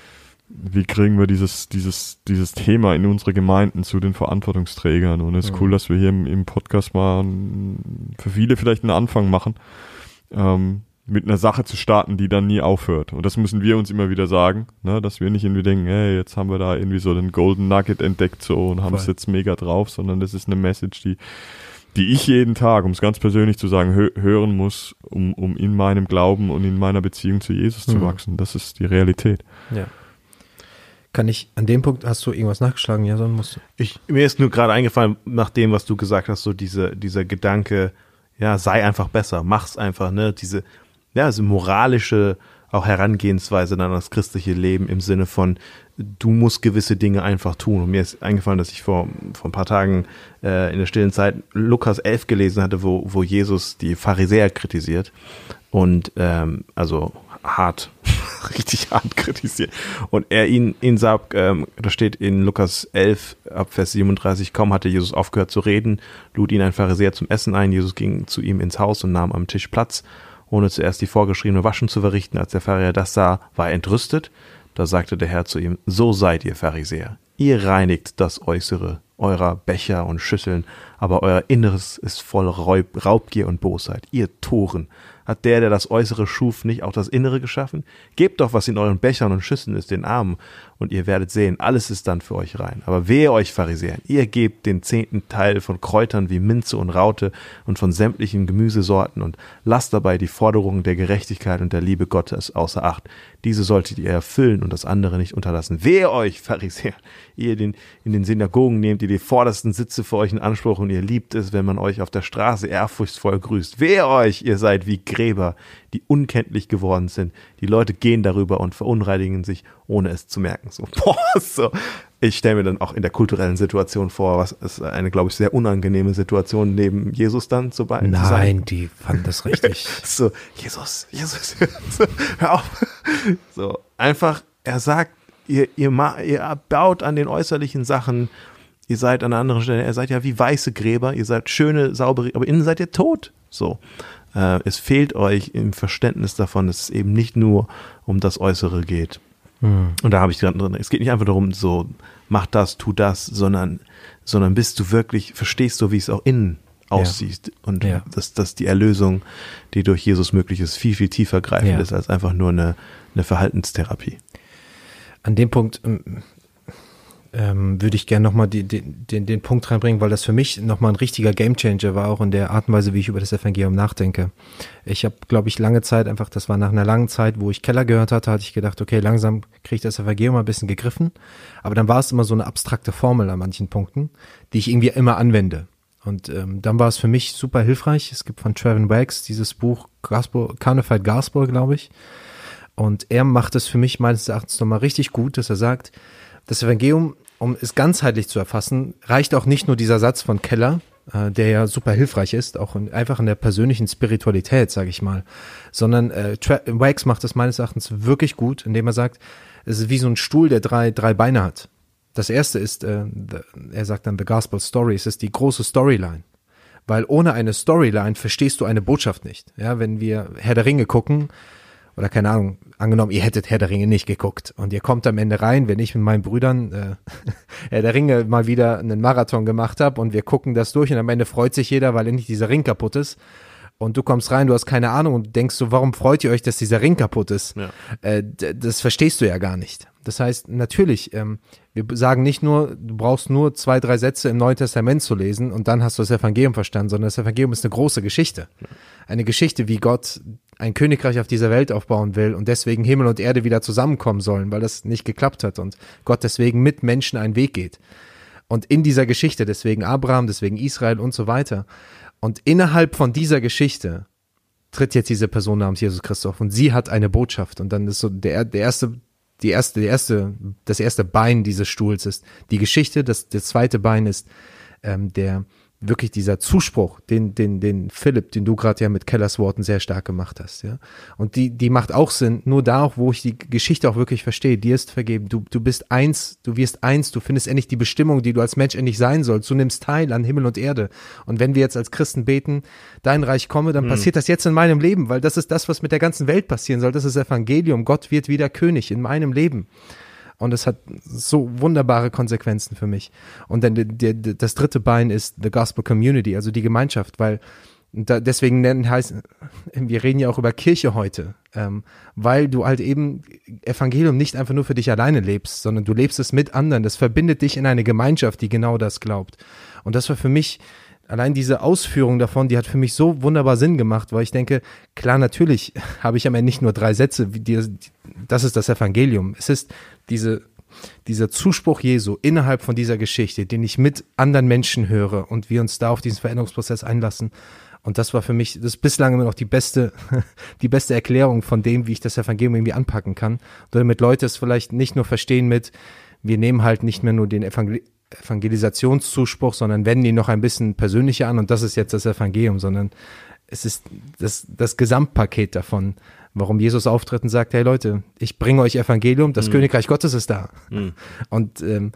Wie kriegen wir dieses, dieses, dieses Thema in unsere Gemeinden zu den Verantwortungsträgern? Und es ist ja. cool, dass wir hier im, im Podcast mal einen, für viele vielleicht einen Anfang machen, ähm, mit einer Sache zu starten, die dann nie aufhört. Und das müssen wir uns immer wieder sagen, ne, dass wir nicht irgendwie denken, hey, jetzt haben wir da irgendwie so den Golden Nugget entdeckt so und haben es jetzt mega drauf, sondern das ist eine Message, die, die ich jeden Tag, um es ganz persönlich zu sagen, hö- hören muss, um, um in meinem Glauben und in meiner Beziehung zu Jesus mhm. zu wachsen. Das ist die Realität. Ja. Kann ich, an dem Punkt, hast du irgendwas nachgeschlagen, ja, sondern musst du? Ich, mir ist nur gerade eingefallen, nach dem, was du gesagt hast, so diese, dieser Gedanke, ja, sei einfach besser, mach's einfach, ne, diese, ja, diese moralische auch Herangehensweise dann an das christliche Leben im Sinne von, du musst gewisse Dinge einfach tun. Und mir ist eingefallen, dass ich vor, vor ein paar Tagen äh, in der stillen Zeit Lukas elf gelesen hatte, wo, wo Jesus die Pharisäer kritisiert und ähm, also hart, richtig hart kritisiert. Und er ihn, ihn sagt, ähm, da steht in Lukas elf, ab Vers siebenunddreißig, kaum hatte Jesus aufgehört zu reden, lud ihn ein Pharisäer zum Essen ein. Jesus ging zu ihm ins Haus und nahm am Tisch Platz, ohne zuerst die vorgeschriebene Waschen zu verrichten. Als der Pharisäer das sah, war er entrüstet. Da sagte der Herr zu ihm, so seid ihr Pharisäer. Ihr reinigt das Äußere eurer Becher und Schüsseln, aber euer Inneres ist voll Raub, Raubgier und Bosheit. Ihr Toren. Hat der, der das Äußere schuf, nicht auch das Innere geschaffen? Gebt doch, was in euren Bechern und Schüsseln ist, den Armen, und ihr werdet sehen, alles ist dann für euch rein. Aber wehe euch, Pharisäer, ihr gebt den zehnten Teil von Kräutern wie Minze und Raute und von sämtlichen Gemüsesorten und lasst dabei die Forderungen der Gerechtigkeit und der Liebe Gottes außer Acht. Diese solltet ihr erfüllen und das andere nicht unterlassen. Wehe euch, Pharisäer, ihr den, in den Synagogen nehmt ihr die vordersten Sitze für euch in Anspruch und ihr liebt es, wenn man euch auf der Straße ehrfurchtsvoll grüßt. Wehe euch, ihr seid wie Gräber, die unkenntlich geworden sind. Die Leute gehen darüber und verunreinigen sich, ohne es zu merken. So, boah, so. Ich stelle mir dann auch in der kulturellen Situation vor, was ist eine, glaube ich, sehr unangenehme Situation, neben Jesus dann zu sein. Nein, die fanden das richtig. So, Jesus, Jesus, so, hör auf. So, einfach, er sagt, ihr, ihr, ihr baut an den äußerlichen Sachen, ihr seid an einer anderen Stelle, ihr seid ja wie weiße Gräber, ihr seid schöne, saubere, aber innen seid ihr tot. So. Äh, es fehlt euch im Verständnis davon, dass es eben nicht nur um das Äußere geht. Hm. Und da habe ich gerade drin, es geht nicht einfach darum, so, mach das, tu das, sondern, sondern bist du wirklich, verstehst du, wie es auch innen aussieht. Ja. Und ja. dass, dass die Erlösung, die durch Jesus möglich ist, viel, viel tiefer greifend ja. ist, als einfach nur eine, eine Verhaltenstherapie. An dem Punkt ähm, ähm, würde ich gerne nochmal die, die, den, den Punkt reinbringen, weil das für mich nochmal ein richtiger Gamechanger war, auch in der Art und Weise, wie ich über das Evangelium nachdenke. Ich habe, glaube ich, lange Zeit einfach, das war nach einer langen Zeit, wo ich Keller gehört hatte, hatte ich gedacht, okay, langsam kriege ich das Evangelium mal ein bisschen gegriffen. Aber dann war es immer so eine abstrakte Formel an manchen Punkten, die ich irgendwie immer anwende. Und ähm, dann war es für mich super hilfreich. Es gibt von Trevin Waggs dieses Buch Gospel, Counterfeit Gospel, glaube ich. Und er macht es für mich meines Erachtens nochmal richtig gut, dass er sagt, das Evangelium, um es ganzheitlich zu erfassen, reicht auch nicht nur dieser Satz von Keller, äh, der ja super hilfreich ist, auch in, einfach in der persönlichen Spiritualität, sage ich mal, sondern äh, Waggs macht es meines Erachtens wirklich gut, indem er sagt, es ist wie so ein Stuhl, der drei, drei Beine hat. Das erste ist, äh, the, er sagt dann, the Gospel Story, es ist die große Storyline. Weil ohne eine Storyline verstehst du eine Botschaft nicht. Ja, wenn wir Herr der Ringe gucken, oder keine Ahnung, angenommen, ihr hättet Herr der Ringe nicht geguckt und ihr kommt am Ende rein, wenn ich mit meinen Brüdern äh, Herr der Ringe mal wieder einen Marathon gemacht habe und wir gucken das durch und am Ende freut sich jeder, weil endlich dieser Ring kaputt ist und du kommst rein, du hast keine Ahnung und denkst so, warum freut ihr euch, dass dieser Ring kaputt ist? Ja. Äh, d- das verstehst du ja gar nicht. Das heißt, natürlich, ähm, wir sagen nicht nur, du brauchst nur zwei, drei Sätze im Neuen Testament zu lesen und dann hast du das Evangelium verstanden, sondern das Evangelium ist eine große Geschichte. Ja. eine Geschichte, wie Gott ein Königreich auf dieser Welt aufbauen will und deswegen Himmel und Erde wieder zusammenkommen sollen, weil das nicht geklappt hat und Gott deswegen mit Menschen einen Weg geht. Und in dieser Geschichte, deswegen Abraham, deswegen Israel und so weiter. Und innerhalb von dieser Geschichte tritt jetzt diese Person namens Jesus Christus auf und sie hat eine Botschaft. Und dann ist so der, der erste, die erste, der erste, das erste Bein dieses Stuhls ist die Geschichte, das, das zweite Bein ist ähm, der wirklich dieser Zuspruch, den, den, den Philipp, den du gerade ja mit Kellers Worten sehr stark gemacht hast, ja. Und die, die macht auch Sinn, nur da auch, wo ich die Geschichte auch wirklich verstehe, dir ist vergeben, du, du bist eins, du wirst eins, du findest endlich die Bestimmung, die du als Mensch endlich sein sollst, du nimmst teil an Himmel und Erde. Und wenn wir jetzt als Christen beten, dein Reich komme, dann mhm. passiert das jetzt in meinem Leben, weil das ist das, was mit der ganzen Welt passieren soll, das ist das Evangelium, Gott wird wieder König in meinem Leben. Und es hat so wunderbare Konsequenzen für mich. Und dann der, der, das dritte Bein ist the Gospel Community, also die Gemeinschaft, weil da, deswegen nennen heißt, wir reden ja auch über Kirche heute, ähm, weil du halt eben Evangelium nicht einfach nur für dich alleine lebst, sondern du lebst es mit anderen. Das verbindet dich in eine Gemeinschaft, die genau das glaubt. Und das war für mich allein diese Ausführung davon, die hat für mich so wunderbar Sinn gemacht, weil ich denke, klar, natürlich habe ich am Ende nicht nur drei Sätze, wie die, das ist das Evangelium. Es ist diese, dieser Zuspruch Jesu innerhalb von dieser Geschichte, den ich mit anderen Menschen höre und wir uns da auf diesen Veränderungsprozess einlassen. Und das war für mich, das ist bislang immer noch die beste, die beste Erklärung von dem, wie ich das Evangelium irgendwie anpacken kann. Damit Leute es vielleicht nicht nur verstehen mit, wir nehmen halt nicht mehr nur den Evangel- Evangelisationszuspruch, sondern wenden ihn noch ein bisschen persönlicher an und das ist jetzt das Evangelium, sondern es ist das, das Gesamtpaket davon, warum Jesus auftritt und sagt, hey Leute, ich bringe euch Evangelium, das mhm. Königreich Gottes ist da. Mhm. Und ähm,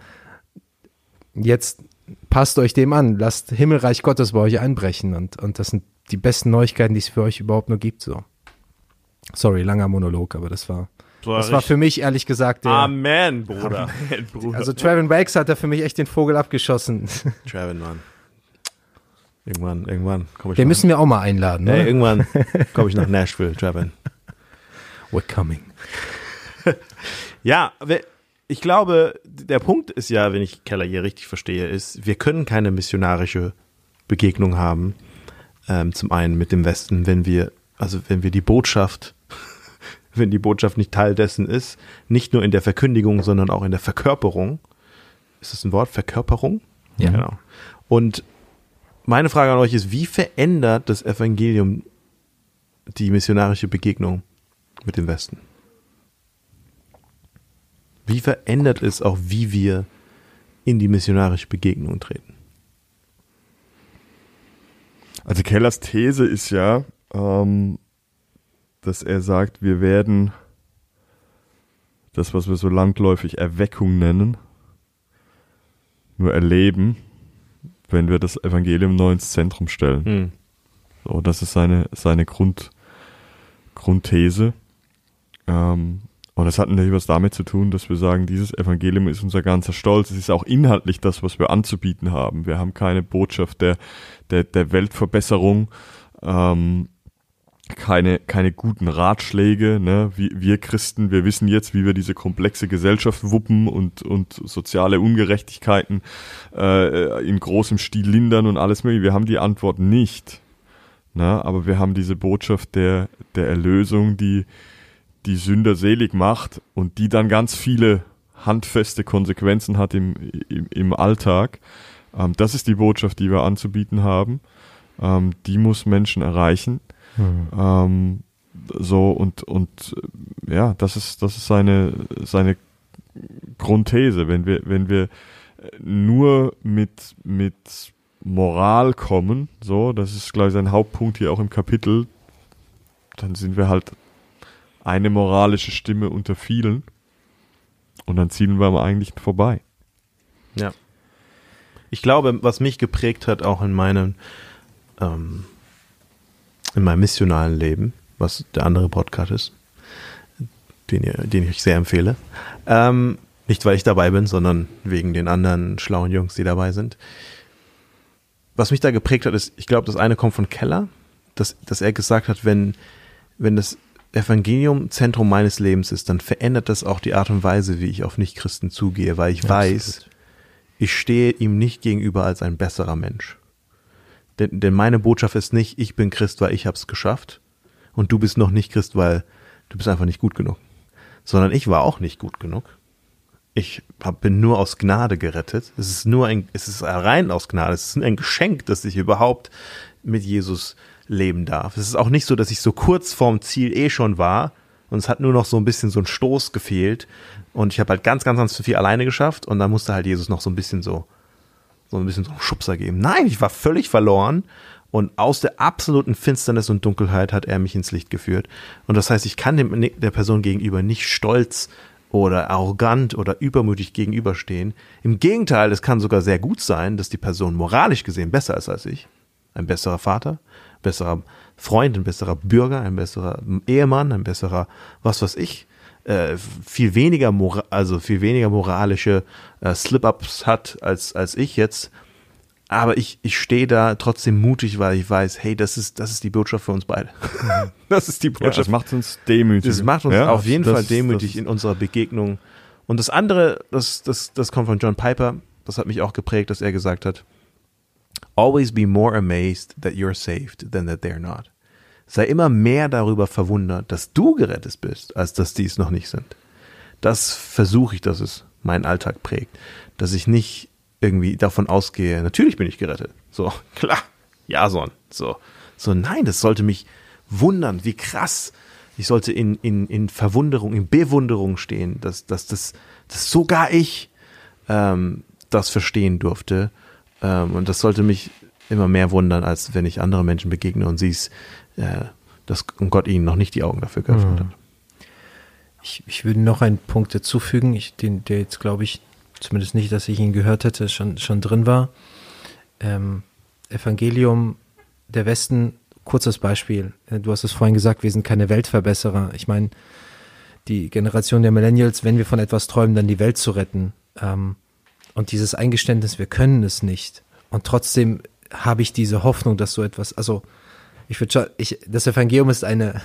jetzt passt euch dem an, lasst Himmelreich Gottes bei euch einbrechen und, und das sind die besten Neuigkeiten, die es für euch überhaupt nur gibt. So. Sorry, langer Monolog, aber das war das war für mich ehrlich gesagt der Amen, Bruder. Amen, Bruder. Also Trevin Wakes hat da für mich echt den Vogel abgeschossen. Trevin, Mann. Irgendwann, irgendwann komme ich Den mal. müssen wir auch mal einladen, ne? Hey, irgendwann komme ich nach Nashville, Trevin. We're coming. Ja, ich glaube, der Punkt ist ja, wenn ich Keller hier richtig verstehe, ist, wir können keine missionarische Begegnung haben, ähm, zum einen mit dem Westen, wenn wir, also wenn wir die Botschaft, wenn die Botschaft nicht Teil dessen ist, nicht nur in der Verkündigung, sondern auch in der Verkörperung. Ist das ein Wort? Verkörperung? Ja. Genau. Und meine Frage an euch ist, wie verändert das Evangelium die missionarische Begegnung mit dem Westen? Wie verändert es auch, wie wir in die missionarische Begegnung treten? Also Kellers These ist ja, ähm, dass er sagt, wir werden das, was wir so landläufig Erweckung nennen, nur erleben, wenn wir das Evangelium neu ins Zentrum stellen. Hm. So, das ist seine, seine Grund, Grundthese. Ähm, und das hat natürlich was damit zu tun, dass wir sagen, dieses Evangelium ist unser ganzer Stolz. Es ist auch inhaltlich das, was wir anzubieten haben. Wir haben keine Botschaft der, der, der Weltverbesserung, ähm, keine, keine guten Ratschläge, ne? Wir, wir Christen, wir wissen jetzt, wie wir diese komplexe Gesellschaft wuppen und, und soziale Ungerechtigkeiten äh, in großem Stil lindern und alles mögliche. Wir haben die Antwort nicht, ne? Aber wir haben diese Botschaft der, der Erlösung, die die Sünder selig macht und die dann ganz viele handfeste Konsequenzen hat im, im, im Alltag. Ähm, das ist die Botschaft, die wir anzubieten haben. Ähm, die muss Menschen erreichen. Mhm. Ähm, so und und ja, das ist das ist seine seine Grundthese. Wenn wir wenn wir nur mit mit Moral kommen, so, das ist gleich sein Hauptpunkt hier auch im Kapitel, dann sind wir halt eine moralische Stimme unter vielen und dann ziehen wir am eigentlichen vorbei. Ja. Ich glaube, was mich geprägt hat, auch in meinem ähm, in meinem missionalen Leben, was der andere Podcast ist, den, ihr, den ich euch sehr empfehle. Ähm, nicht, weil ich dabei bin, sondern wegen den anderen schlauen Jungs, die dabei sind. Was mich da geprägt hat, ist, ich glaube, das eine kommt von Keller, dass, dass er gesagt hat, wenn, wenn das Evangelium Zentrum meines Lebens ist, dann verändert das auch die Art und Weise, wie ich auf Nichtchristen zugehe, weil ich ja, weiß, ich stehe ihm nicht gegenüber als ein besserer Mensch. Denn, denn meine Botschaft ist nicht, ich bin Christ, weil ich hab's geschafft und du bist noch nicht Christ, weil du bist einfach nicht gut genug. Sondern ich war auch nicht gut genug. Ich hab, bin nur aus Gnade gerettet. Es ist nur ein, es ist rein aus Gnade. Es ist ein Geschenk, dass ich überhaupt mit Jesus leben darf. Es ist auch nicht so, dass ich so kurz vorm Ziel eh schon war und es hat nur noch so ein bisschen so ein Stoß gefehlt und ich habe halt ganz, ganz, ganz viel alleine geschafft und dann musste halt Jesus noch so ein bisschen so, so ein bisschen so einen Schubser geben. Nein, ich war völlig verloren und aus der absoluten Finsternis und Dunkelheit hat er mich ins Licht geführt. Und das heißt, ich kann dem, der Person gegenüber nicht stolz oder arrogant oder übermütig gegenüberstehen. Im Gegenteil, es kann sogar sehr gut sein, dass die Person moralisch gesehen besser ist als ich. Ein besserer Vater, besserer Freund, ein besserer Bürger, ein besserer Ehemann, ein besserer was weiß ich, äh, viel weniger mora- also viel weniger moralische äh, Slip-ups hat als als ich jetzt. Aber ich ich stehe da trotzdem mutig, weil ich weiß, hey, das ist das ist die Botschaft für uns beide. Das ist die Botschaft. Ja, das macht uns demütig. Das macht uns ja, auf jeden das, Fall demütig das, in unserer Begegnung. Und das andere, das das das kommt von John Piper. Das hat mich auch geprägt, dass er gesagt hat: Always be more amazed that you're saved than that they're not. Sei immer mehr darüber verwundert, dass du gerettet bist, als dass die es noch nicht sind. Das versuche ich, dass es meinen Alltag prägt. Dass ich nicht irgendwie davon ausgehe, natürlich bin ich gerettet. So, klar, Jason. So, so nein, das sollte mich wundern, wie krass. Ich sollte in, in, in Verwunderung, in Bewunderung stehen, dass, dass, dass, dass sogar ich ähm, das verstehen durfte. Ähm, und das sollte mich immer mehr wundern, als wenn ich andere Menschen begegne und siehst, äh, dass Gott ihnen noch nicht die Augen dafür geöffnet hat. Ich, ich würde noch einen Punkt dazufügen, ich, den, der jetzt, glaube ich, zumindest nicht, dass ich ihn gehört hätte, schon, schon drin war. Ähm, Evangelium, der Westen, kurzes Beispiel. Du hast es vorhin gesagt, wir sind keine Weltverbesserer. Ich meine, die Generation der Millennials, wenn wir von etwas träumen, dann die Welt zu retten. Ähm, und dieses Eingeständnis, wir können es nicht. Und trotzdem habe ich diese Hoffnung, dass so etwas, also ich würde schon, ich, das Evangelium ist eine,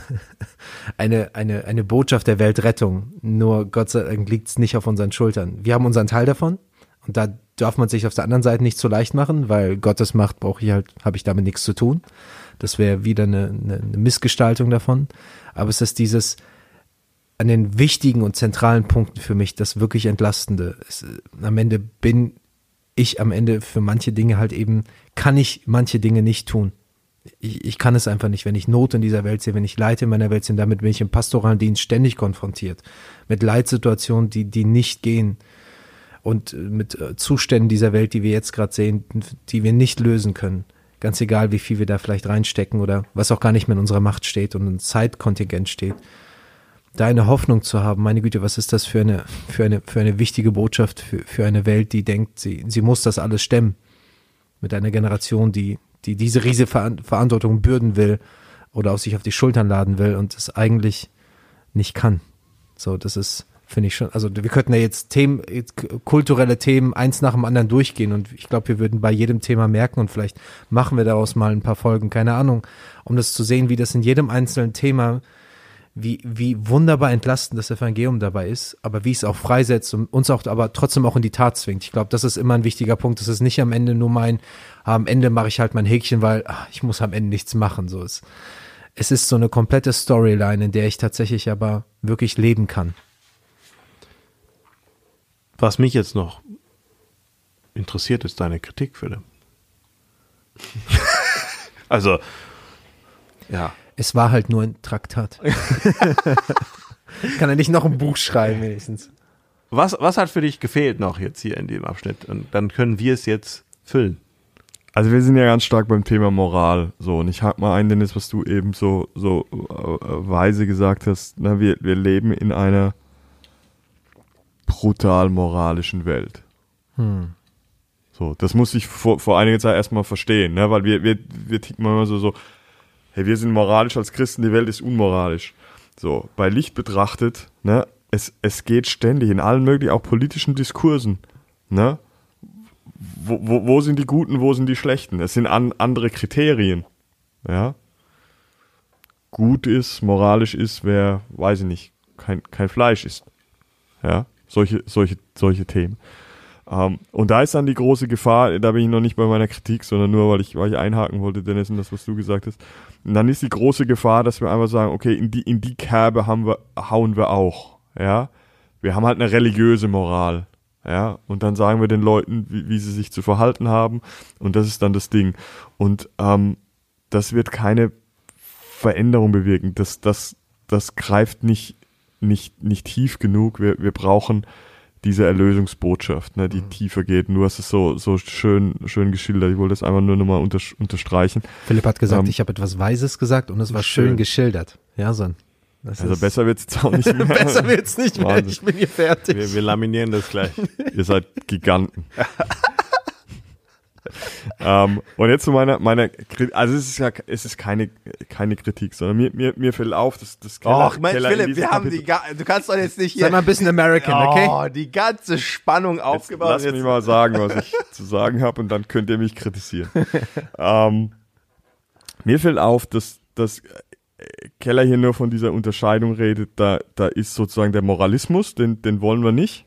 eine, eine, eine Botschaft der Weltrettung. Nur Gott sei Dank liegt es nicht auf unseren Schultern. Wir haben unseren Teil davon. Und da darf man sich auf der anderen Seite nicht so leicht machen, weil Gottes Macht brauche ich halt, habe ich damit nichts zu tun. Das wäre wieder eine, eine, eine Missgestaltung davon. Aber es ist dieses, an den wichtigen und zentralen Punkten für mich, das wirklich Entlastende. Es, am Ende bin ich am Ende für manche Dinge halt eben, kann ich manche Dinge nicht tun. Ich, ich kann es einfach nicht, wenn ich Not in dieser Welt sehe, wenn ich Leid in meiner Welt sehe, damit bin ich im pastoralen Dienst ständig konfrontiert. Mit Leitsituationen, die, die nicht gehen. Und mit Zuständen dieser Welt, die wir jetzt gerade sehen, die wir nicht lösen können. Ganz egal, wie viel wir da vielleicht reinstecken oder was auch gar nicht mehr in unserer Macht steht und ein Zeitkontingent steht. Da eine Hoffnung zu haben, meine Güte, was ist das für eine, für eine, für eine wichtige Botschaft für, für eine Welt, die denkt, sie, sie muss das alles stemmen. Mit einer Generation, die, die diese riesige Verantwortung bürden will oder auf sich auf die Schultern laden will und es eigentlich nicht kann. So, das ist, finde ich schon, also wir könnten ja jetzt Themen, kulturelle Themen eins nach dem anderen durchgehen und ich glaube, wir würden bei jedem Thema merken und vielleicht machen wir daraus mal ein paar Folgen, keine Ahnung, um das zu sehen, wie das in jedem einzelnen Thema, wie, wie wunderbar entlastend das Evangelium dabei ist, aber wie es auch freisetzt und uns auch, aber trotzdem auch in die Tat zwingt. Ich glaube, das ist immer ein wichtiger Punkt. Das ist nicht am Ende nur mein, am Ende mache ich halt mein Häkchen, weil ach, ich muss am Ende nichts machen. So ist, es ist so eine komplette Storyline, in der ich tatsächlich aber wirklich leben kann. Was mich jetzt noch interessiert, ist deine Kritik, Philipp. Also, ja. Es war halt nur ein Traktat. Kann er nicht noch ein Buch schreiben, wenigstens. Was, was hat für dich gefehlt noch jetzt hier in dem Abschnitt? Und dann können wir es jetzt füllen. Also wir sind ja ganz stark beim Thema Moral. So, und ich hake mal ein, Dennis, was du eben so, so äh, weise gesagt hast. Na, wir, wir leben in einer brutal moralischen Welt. Hm. So, das muss ich vor, vor einiger Zeit erstmal verstehen, ne? Weil wir, wir, wir ticken immer so, so, hey, wir sind moralisch als Christen, die Welt ist unmoralisch. So, bei Licht betrachtet, ne, es, es geht ständig in allen möglichen, auch politischen Diskursen, ne, wo, wo, wo sind die Guten, wo sind die Schlechten? Es sind an, andere Kriterien, ja. Gut ist, moralisch ist, wer, weiß ich nicht, kein, kein Fleisch isst, ja. Solche, solche, solche Themen. Ähm, und da ist dann die große Gefahr, da bin ich noch nicht bei meiner Kritik, sondern nur, weil ich, weil ich einhaken wollte, Dennis, in das, was du gesagt hast. Und dann ist die große Gefahr, dass wir einfach sagen, okay, in die, in die Kerbe haben wir, hauen wir auch, ja. Wir haben halt eine religiöse Moral, ja. Und dann sagen wir den Leuten, wie, wie sie sich zu verhalten haben. Und das ist dann das Ding. Und, ähm, das wird keine Veränderung bewirken. Das, das, das greift nicht, nicht, nicht tief genug. Wir, wir brauchen diese Erlösungsbotschaft, ne, die mhm. tiefer geht. Du hast es so, so schön, schön geschildert. Ich wollte das einfach nur nochmal unter, unterstreichen. Philipp hat gesagt, ähm, ich habe etwas Weises gesagt und es war schön, schön geschildert. Ja, Son. Das also besser wird's jetzt auch nicht mehr. Besser wird's nicht mehr. Wahnsinn. Ich bin hier fertig. Wir, wir laminieren das gleich. Ihr seid Giganten. ähm, und jetzt zu meiner, meiner, also es ist ja, es ist keine, keine Kritik, sondern mir, mir, mir fällt auf, dass das Keller, Och, Mensch, Keller Philipp, wir haben die, du kannst doch jetzt nicht hier. Sei mal ein bisschen American, okay? Oh, die ganze Spannung aufgebaut. Lass jetzt. mich mal sagen, was ich zu sagen habe, und dann könnt ihr mich kritisieren. ähm, mir fällt auf, dass, dass Keller hier nur von dieser Unterscheidung redet, da, da ist sozusagen der Moralismus, den, den wollen wir nicht.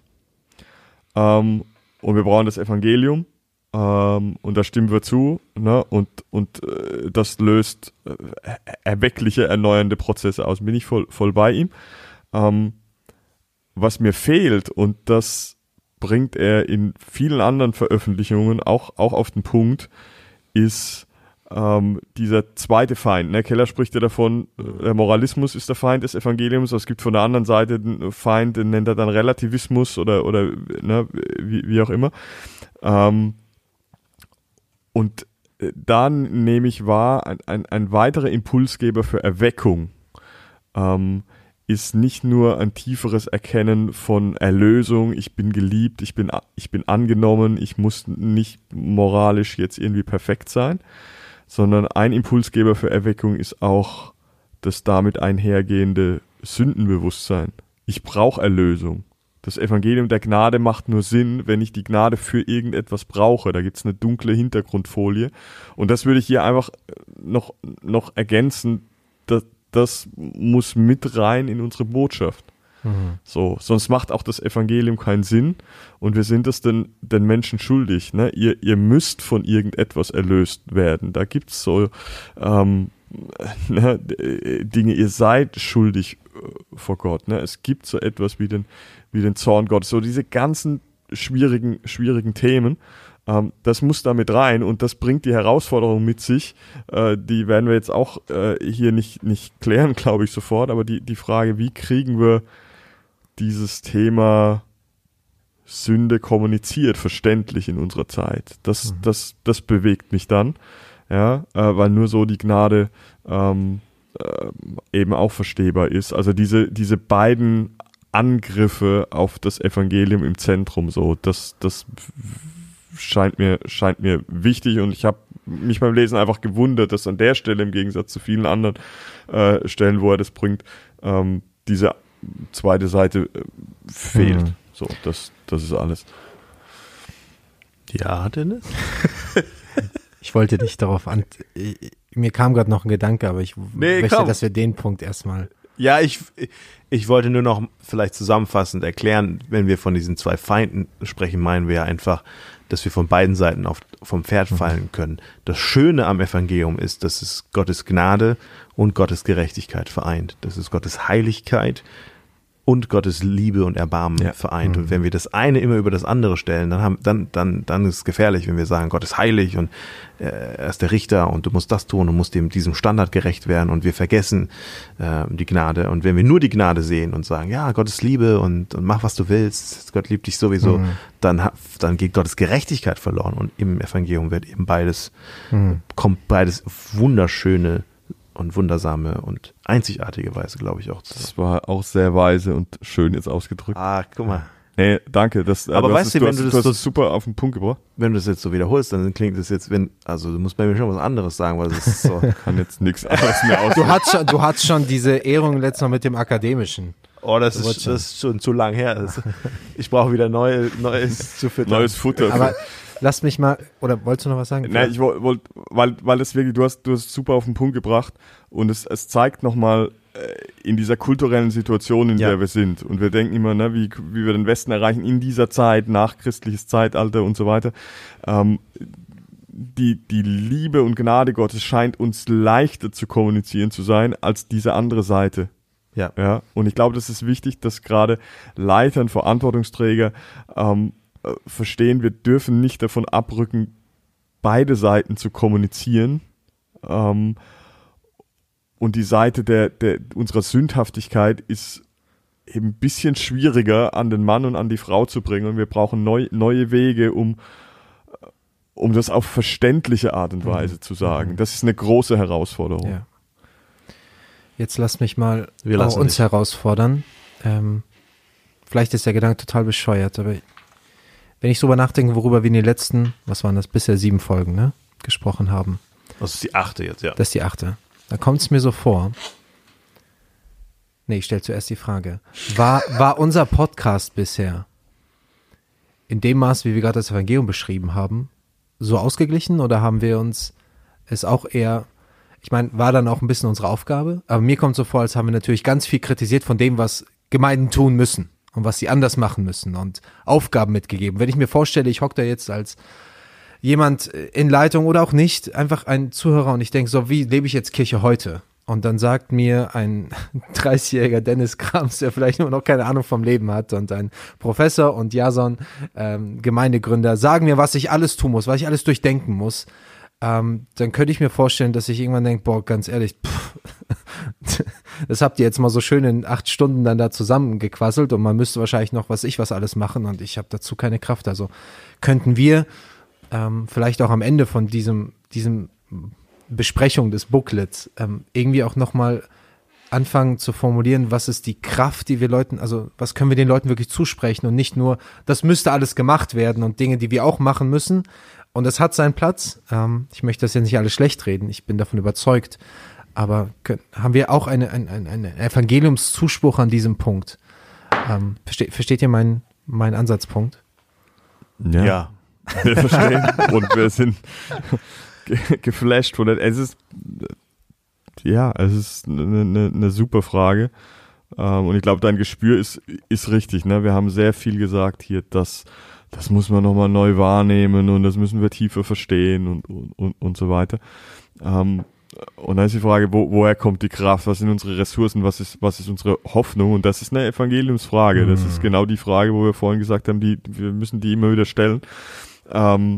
Ähm, und wir brauchen das Evangelium. Ähm, und da stimmen wir zu, ne? Und, und äh, das löst äh, erweckliche, erneuernde Prozesse aus. Bin ich voll, voll bei ihm. Ähm, was mir fehlt, und das bringt er in vielen anderen Veröffentlichungen auch, auch auf den Punkt, ist ähm, dieser zweite Feind. Ne? Keller spricht ja davon, der Moralismus ist der Feind des Evangeliums. Es gibt von der anderen Seite den Feind, den nennt er dann Relativismus oder, oder ne, wie, wie auch immer. Ähm, Und dann nehme ich wahr, ein, ein, ein weiterer Impulsgeber für Erweckung ähm, ist nicht nur ein tieferes Erkennen von Erlösung, ich bin geliebt, ich bin, ich bin angenommen, ich muss nicht moralisch jetzt irgendwie perfekt sein, sondern ein Impulsgeber für Erweckung ist auch das damit einhergehende Sündenbewusstsein. Ich brauche Erlösung. Das Evangelium der Gnade macht nur Sinn, wenn ich die Gnade für irgendetwas brauche. Da gibt es eine dunkle Hintergrundfolie. Und das würde ich hier einfach noch, noch ergänzen. Das, das muss mit rein in unsere Botschaft. Mhm. So, sonst macht auch das Evangelium keinen Sinn. Und wir sind es den, den Menschen schuldig. Ne? Ihr, ihr müsst von irgendetwas erlöst werden. Da gibt es so ähm, ne, Dinge, ihr seid schuldig vor Gott. Ne? Es gibt so etwas wie den wie den Zorn Gottes, so diese ganzen schwierigen, schwierigen Themen, ähm, das muss da mit rein, und das bringt die Herausforderung mit sich, äh, die werden wir jetzt auch äh, hier nicht, nicht klären, glaube ich, sofort, aber die, die Frage, wie kriegen wir dieses Thema Sünde kommuniziert, verständlich in unserer Zeit, das, mhm. das, das bewegt mich dann, ja, äh, weil nur so die Gnade ähm, äh, eben auch verstehbar ist, also diese, diese beiden Angriffe auf das Evangelium im Zentrum, so, das, das scheint mir, scheint mir wichtig, und ich habe mich beim Lesen einfach gewundert, dass an der Stelle im Gegensatz zu vielen anderen äh, Stellen, wo er das bringt, ähm, diese zweite Seite äh, fehlt. Mhm. So, das, das ist alles. Ja, Dennis? Ich wollte dich darauf an... Mir kam gerade noch ein Gedanke, aber ich nee, möchte, komm. dass wir den Punkt erstmal... Ja, ich, ich wollte nur noch vielleicht zusammenfassend erklären, wenn wir von diesen zwei Feinden sprechen, meinen wir ja einfach, dass wir von beiden Seiten auf, vom Pferd fallen können. Das Schöne am Evangelium ist, dass es Gottes Gnade und Gottes Gerechtigkeit vereint. Das ist Gottes Heiligkeit und Gottes Liebe und Erbarmen ja. vereint. Und wenn wir das eine immer über das andere stellen, dann haben, dann, dann, dann ist es gefährlich, wenn wir sagen, Gott ist heilig und äh, er ist der Richter und du musst das tun und musst dem, diesem Standard gerecht werden, und wir vergessen äh, die Gnade. Und wenn wir nur die Gnade sehen und sagen, ja, Gott ist Liebe und, und mach, was du willst, Gott liebt dich sowieso, mhm. dann, dann geht Gottes Gerechtigkeit verloren, und im Evangelium wird eben beides, mhm. kommt beides wunderschöne und wundersame und einzigartige Weise, glaube ich, auch zu. Das war auch sehr weise und schön jetzt ausgedrückt. Ah, guck mal. Nee, danke. Das, aber du weißt hast, du, du, wenn hast, du das du hast so, es super auf den Punkt gebracht. Wenn du das jetzt so wiederholst, dann klingt das jetzt, wenn, also du musst bei mir schon was anderes sagen, weil es ist so. Kann jetzt nichts anderes mehr aus. Du hast schon, du hast schon diese Ehrung letztes Mal mit dem Akademischen. Oh, das, ist, das ist schon zu lang her. Das, ich brauche wieder neue, Neues zu füttern. Neues Futter. Aber lass mich mal, oder wolltest du noch was sagen? Nein, ich wollte, wollt, weil, weil das wirklich, du hast, du hast super auf den Punkt gebracht, und es, es zeigt nochmal in dieser kulturellen Situation, in Ja. der wir sind. Und wir denken immer, ne, wie, wie wir den Westen erreichen in dieser Zeit, nachchristliches Zeitalter und so weiter. Ähm, die, die Liebe und Gnade Gottes scheint uns leichter zu kommunizieren zu sein als diese andere Seite. Ja. Ja. Und ich glaube, das ist wichtig, dass gerade Leiter und Verantwortungsträger ähm, äh, verstehen, wir dürfen nicht davon abrücken, beide Seiten zu kommunizieren. Ähm, und die Seite der, der unserer Sündhaftigkeit ist eben ein bisschen schwieriger an den Mann und an die Frau zu bringen. Und wir brauchen neu, neue Wege, um um das auf verständliche Art und Weise mhm. zu sagen. Das ist eine große Herausforderung. Ja. Jetzt lass mich mal Wir auch lassen uns dich. herausfordern. Ähm, vielleicht ist der Gedanke total bescheuert, aber wenn ich drüber nachdenke, worüber wir in den letzten, was waren das, bisher sieben Folgen, ne, gesprochen haben. Das ist die achte jetzt, ja. Das ist die achte. Da kommt es mir so vor. Nee, ich stelle zuerst die Frage. War, war unser Podcast bisher in dem Maß, wie wir gerade das Evangelium beschrieben haben, so ausgeglichen oder haben wir uns es auch eher, ich meine, war dann auch ein bisschen unsere Aufgabe, aber mir kommt so vor, als haben wir natürlich ganz viel kritisiert von dem, was Gemeinden tun müssen und was sie anders machen müssen und Aufgaben mitgegeben. Wenn ich mir vorstelle, ich hocke da jetzt als jemand in Leitung oder auch nicht, einfach ein Zuhörer und ich denke so, wie lebe ich jetzt Kirche heute? Und dann sagt mir ein dreißigjähriger Dennis Krams, der vielleicht immer noch keine Ahnung vom Leben hat und ein Professor und Jason, ähm, Gemeindegründer, sagen mir, was ich alles tun muss, was ich alles durchdenken muss, ähm, dann könnte ich mir vorstellen, dass ich irgendwann denke, boah, ganz ehrlich, pff, das habt ihr jetzt mal so schön in acht Stunden dann da zusammengequasselt und man müsste wahrscheinlich noch, was ich was alles machen und ich habe dazu keine Kraft. Also könnten wir ähm, vielleicht auch am Ende von diesem, diesem Besprechung des Booklets ähm, irgendwie auch nochmal anfangen zu formulieren, was ist die Kraft, die wir Leuten, also was können wir den Leuten wirklich zusprechen und nicht nur, das müsste alles gemacht werden und Dinge, die wir auch machen müssen und es hat seinen Platz. Ähm, ich möchte das jetzt nicht alles schlecht reden, ich bin davon überzeugt, aber können, haben wir auch eine, ein, ein, einen Evangeliumszuspruch an diesem Punkt. Ähm, verste, versteht ihr meinen mein Ansatzpunkt? Ja. Ja. Wir verstehen und wir sind ge- geflasht von der, es ist, ja, es ist eine, eine, eine super Frage. Ähm, und ich glaube, dein Gespür ist, ist richtig, ne? Wir haben sehr viel gesagt hier, dass, das muss man nochmal neu wahrnehmen und das müssen wir tiefer verstehen und, und, und, und so weiter. Ähm, und dann ist die Frage, wo, woher kommt die Kraft? Was sind unsere Ressourcen? Was ist, was ist unsere Hoffnung? Und das ist eine Evangeliumsfrage. Das ist genau die Frage, wo wir vorhin gesagt haben, die, wir müssen die immer wieder stellen. Ähm,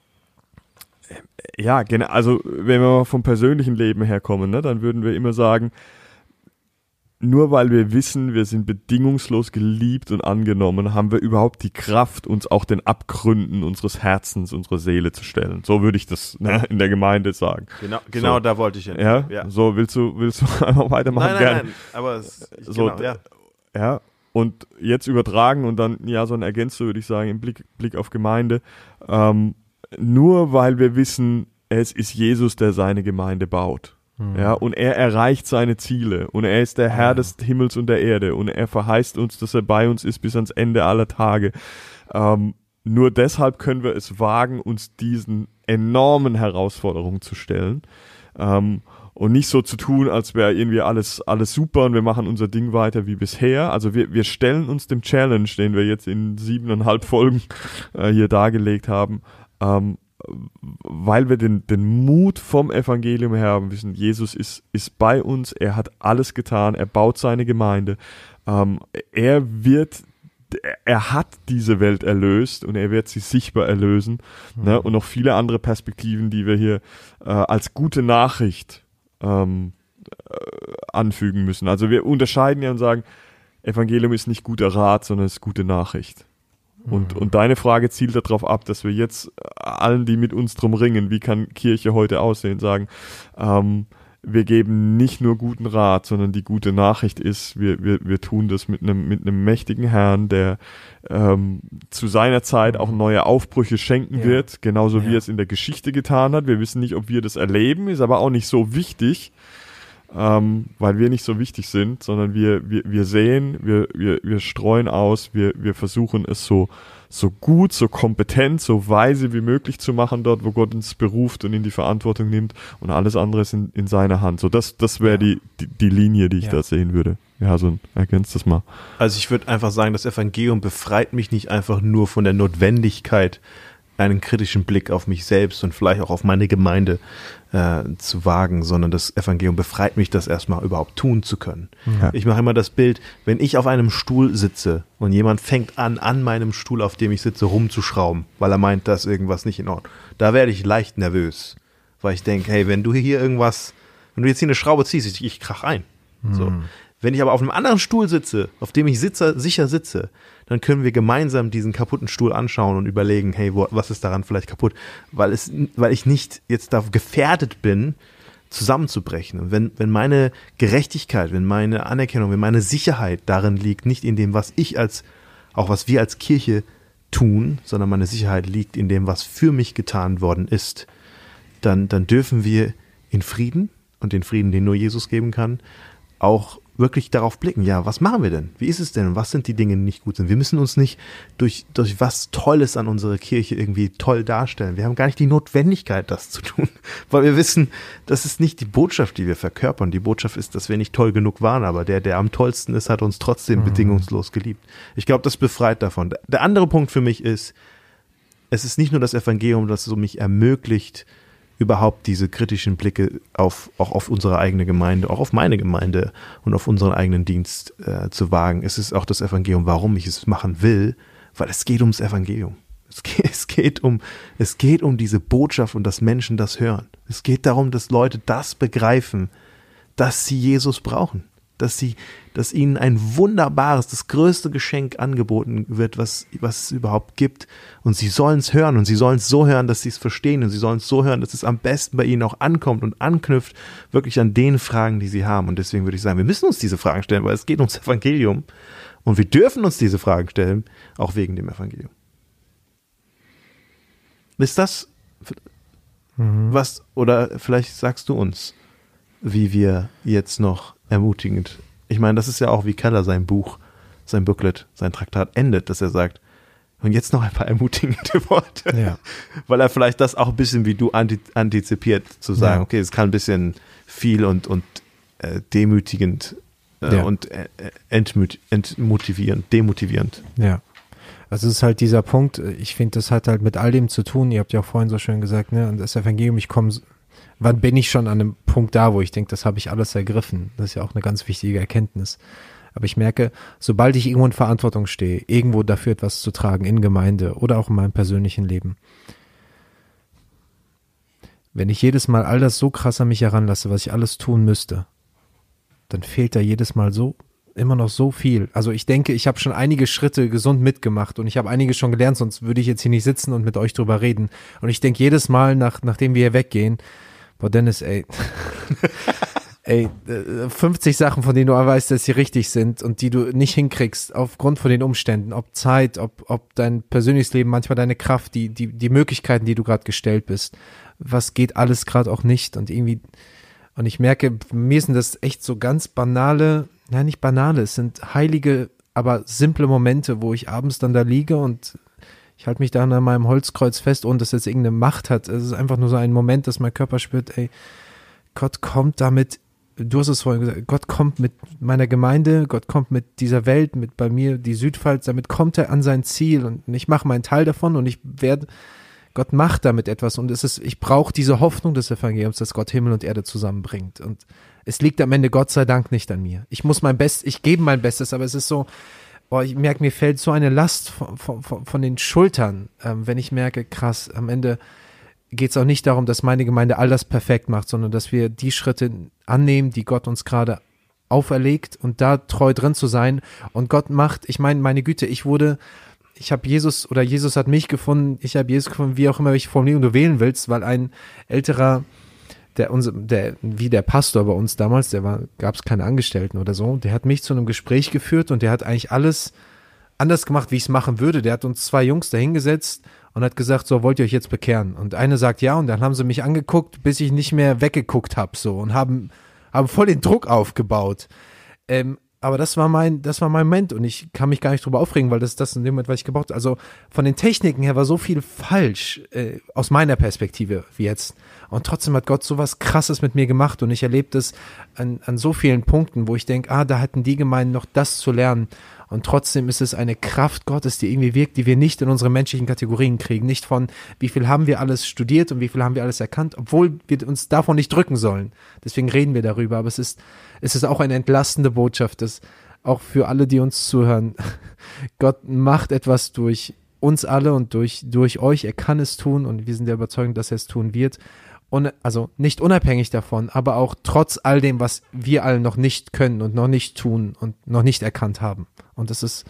ja, genau, also wenn wir mal vom persönlichen Leben herkommen, ne, dann würden wir immer sagen, nur weil wir wissen, wir sind bedingungslos geliebt und angenommen, haben wir überhaupt die Kraft, uns auch den Abgründen unseres Herzens, unserer Seele zu stellen. So würde ich das, ne, in der Gemeinde sagen. Genau, genau so. Da wollte ich hin. Ja? ja. So, willst du, willst du einmal weitermachen? Nein, nein, Gerne. nein, aber es, ich, So, genau, ja. Ja, und jetzt übertragen und dann, ja, so ein Ergänzer würde ich sagen, im Blick, Blick auf Gemeinde, ähm, nur weil wir wissen, es ist Jesus, der seine Gemeinde baut. Mhm. Ja, und er erreicht seine Ziele und er ist der Herr ja. des Himmels und der Erde und er verheißt uns, dass er bei uns ist bis ans Ende aller Tage. Ähm, nur deshalb können wir es wagen, uns diesen enormen Herausforderungen zu stellen. Ähm, Und nicht so zu tun, als wäre irgendwie alles alles super und wir machen unser Ding weiter wie bisher. Also wir wir stellen uns dem Challenge, den wir jetzt in siebeneinhalb Folgen äh, hier dargelegt haben, ähm, weil wir den den Mut vom Evangelium her haben. Wissen, Jesus ist ist bei uns, er hat alles getan, er baut seine Gemeinde, ähm, er wird er hat diese Welt erlöst und er wird sie sichtbar erlösen. Mhm. Ne? Und noch viele andere Perspektiven, die wir hier äh, als gute Nachricht Ähm, äh, anfügen müssen. Also wir unterscheiden ja und sagen, Evangelium ist nicht guter Rat, sondern es ist gute Nachricht. Und, Mhm. und deine Frage zielt darauf ab, dass wir jetzt allen, die mit uns drum ringen, wie kann Kirche heute aussehen, sagen, ähm, wir geben nicht nur guten Rat, sondern die gute Nachricht ist, wir, wir, wir tun das mit einem mit einem mächtigen Herrn, der ähm, zu seiner Zeit auch neue Aufbrüche schenken Ja. wird, genauso wie Ja. er es in der Geschichte getan hat. Wir wissen nicht, ob wir das erleben, ist aber auch nicht so wichtig, ähm, weil wir nicht so wichtig sind, sondern wir, wir, wir sehen, wir, wir, wir streuen aus, wir, wir versuchen es so, so gut, so kompetent, so weise wie möglich zu machen dort, wo Gott uns beruft und in die Verantwortung nimmt und alles andere ist in, in seiner Hand. So, das, das wäre ja. die, die, die Linie, die ich ja. da sehen würde. Ja, so ergänzt das mal. Also ich würde einfach sagen, das Evangelium befreit mich nicht einfach nur von der Notwendigkeit, einen kritischen Blick auf mich selbst und vielleicht auch auf meine Gemeinde äh, zu wagen, sondern das Evangelium befreit mich, das erstmal überhaupt tun zu können. Ja. Ich mache immer das Bild, wenn ich auf einem Stuhl sitze und jemand fängt an, an meinem Stuhl, auf dem ich sitze, rumzuschrauben, weil er meint, da ist irgendwas nicht in Ordnung. Da werde ich leicht nervös, weil ich denke, hey, wenn du hier irgendwas, wenn du jetzt hier eine Schraube ziehst, ich, ich krach ein. Mhm. So. Wenn ich aber auf einem anderen Stuhl sitze, auf dem ich sitze, sicher sitze, dann können wir gemeinsam diesen kaputten Stuhl anschauen und überlegen, hey, wo, was ist daran vielleicht kaputt? Weil es, weil ich nicht jetzt da gefährdet bin, zusammenzubrechen. Und wenn, wenn meine Gerechtigkeit, wenn meine Anerkennung, wenn meine Sicherheit darin liegt, nicht in dem, was ich als, auch was wir als Kirche tun, sondern meine Sicherheit liegt in dem, was für mich getan worden ist, dann, dann dürfen wir in Frieden und den Frieden, den nur Jesus geben kann, auch wirklich darauf blicken, ja, was machen wir denn? Wie ist es denn? Was sind die Dinge, die nicht gut sind? Wir müssen uns nicht durch, durch was Tolles an unserer Kirche irgendwie toll darstellen. Wir haben gar nicht die Notwendigkeit, das zu tun, weil wir wissen, das ist nicht die Botschaft, die wir verkörpern. Die Botschaft ist, dass wir nicht toll genug waren, aber der, der am tollsten ist, hat uns trotzdem mhm. bedingungslos geliebt. Ich glaube, das befreit davon. Der andere Punkt für mich ist, es ist nicht nur das Evangelium, das so mich ermöglicht, überhaupt diese kritischen Blicke auf, auch auf unsere eigene Gemeinde, auch auf meine Gemeinde und auf unseren eigenen Dienst äh, zu wagen. Es ist auch das Evangelium, warum ich es machen will, weil es geht ums Evangelium. Es geht, es geht um, es geht um diese Botschaft und dass Menschen das hören. Es geht darum, dass Leute das begreifen, dass sie Jesus brauchen. Dass sie, dass ihnen ein wunderbares, das größte Geschenk angeboten wird, was, was es überhaupt gibt. Und sie sollen es hören und sie sollen es so hören, dass sie es verstehen und sie sollen es so hören, dass es am besten bei ihnen auch ankommt und anknüpft wirklich an den Fragen, die sie haben. Und deswegen würde ich sagen, wir müssen uns diese Fragen stellen, weil es geht ums Evangelium und wir dürfen uns diese Fragen stellen, auch wegen dem Evangelium. Ist das mhm. was, oder vielleicht sagst du uns, wie wir jetzt noch ermutigend. Ich meine, das ist ja auch, wie Keller sein Buch, sein Booklet, sein Traktat endet, dass er sagt, und jetzt noch ein paar ermutigende Worte. Ja. Weil er vielleicht das auch ein bisschen wie du antizipiert, zu sagen, ja. okay, es kann ein bisschen viel und, und äh, demütigend äh, ja. und äh, entmut, entmotivierend, demotivierend. Ja. Also es ist halt dieser Punkt, ich finde, das hat halt mit all dem zu tun, ihr habt ja auch vorhin so schön gesagt, ne, und das Evangelium, ich komme wann bin ich schon an einem Punkt da, wo ich denke, das habe ich alles ergriffen. Das ist ja auch eine ganz wichtige Erkenntnis. Aber ich merke, sobald ich irgendwo in Verantwortung stehe, irgendwo dafür etwas zu tragen, in Gemeinde oder auch in meinem persönlichen Leben, wenn ich jedes Mal all das so krass an mich heranlasse, was ich alles tun müsste, dann fehlt da jedes Mal so, immer noch so viel. Also ich denke, ich habe schon einige Schritte gesund mitgemacht und ich habe einiges schon gelernt, sonst würde ich jetzt hier nicht sitzen und mit euch drüber reden. Und ich denke jedes Mal, nach, nachdem wir hier weggehen, boah, Dennis, ey, ey, fünfzig Sachen, von denen du weißt, dass sie richtig sind und die du nicht hinkriegst, aufgrund von den Umständen, ob Zeit, ob, ob dein persönliches Leben, manchmal deine Kraft, die, die, die Möglichkeiten, die du gerade gestellt bist, was geht alles gerade auch nicht und irgendwie, und ich merke, mir sind das echt so ganz banale, nein, nicht banale, es sind heilige, aber simple Momente, wo ich abends dann da liege und ich halte mich da an meinem Holzkreuz fest, ohne dass es irgendeine Macht hat. Es ist einfach nur so ein Moment, dass mein Körper spürt, ey, Gott kommt damit, du hast es vorhin gesagt, Gott kommt mit meiner Gemeinde, Gott kommt mit dieser Welt, mit bei mir die Südpfalz, damit kommt er an sein Ziel und ich mache meinen Teil davon und ich werde, Gott macht damit etwas und es ist, ich brauche diese Hoffnung des Evangeliums, dass Gott Himmel und Erde zusammenbringt und es liegt am Ende Gott sei Dank nicht an mir. Ich muss mein Bestes, ich gebe mein Bestes, aber es ist so, boah, ich merke, mir fällt so eine Last von, von, von den Schultern, ähm, wenn ich merke, krass, am Ende geht es auch nicht darum, dass meine Gemeinde all das perfekt macht, sondern dass wir die Schritte annehmen, die Gott uns gerade auferlegt und da treu drin zu sein. Und Gott macht, ich meine, meine Güte, ich wurde, ich habe Jesus oder Jesus hat mich gefunden, ich habe Jesus gefunden, wie auch immer welche Formulierung du wählen willst, weil ein älterer, der, unser, der wie der Pastor bei uns damals, der war, gab es keine Angestellten oder so, der hat mich zu einem Gespräch geführt und der hat eigentlich alles anders gemacht, wie ich es machen würde. Der hat uns zwei Jungs da hingesetzt und hat gesagt, so, wollt ihr euch jetzt bekehren? Und eine sagt ja und dann haben sie mich angeguckt, bis ich nicht mehr weggeguckt habe so und haben, haben voll den Druck aufgebaut. Ähm, aber das war mein, das war mein Moment und ich kann mich gar nicht drüber aufregen, weil das ist das in dem Moment, was ich gebraucht habe. Also von den Techniken her war so viel falsch, äh, aus meiner Perspektive wie jetzt. Und trotzdem hat Gott so was Krasses mit mir gemacht und ich erlebe das an, an so vielen Punkten, wo ich denke, ah, da hatten die Gemeinden noch das zu lernen. Und trotzdem ist es eine Kraft Gottes, die irgendwie wirkt, die wir nicht in unsere menschlichen Kategorien kriegen. Nicht von, wie viel haben wir alles studiert und wie viel haben wir alles erkannt, obwohl wir uns davon nicht drücken sollen. Deswegen reden wir darüber. Aber es ist, es ist auch eine entlastende Botschaft, dass auch für alle, die uns zuhören, Gott macht etwas durch uns alle und durch, durch euch. Er kann es tun und wir sind der Überzeugung, dass er es tun wird. Und also nicht unabhängig davon, aber auch trotz all dem, was wir alle noch nicht können und noch nicht tun und noch nicht erkannt haben. Und das ist,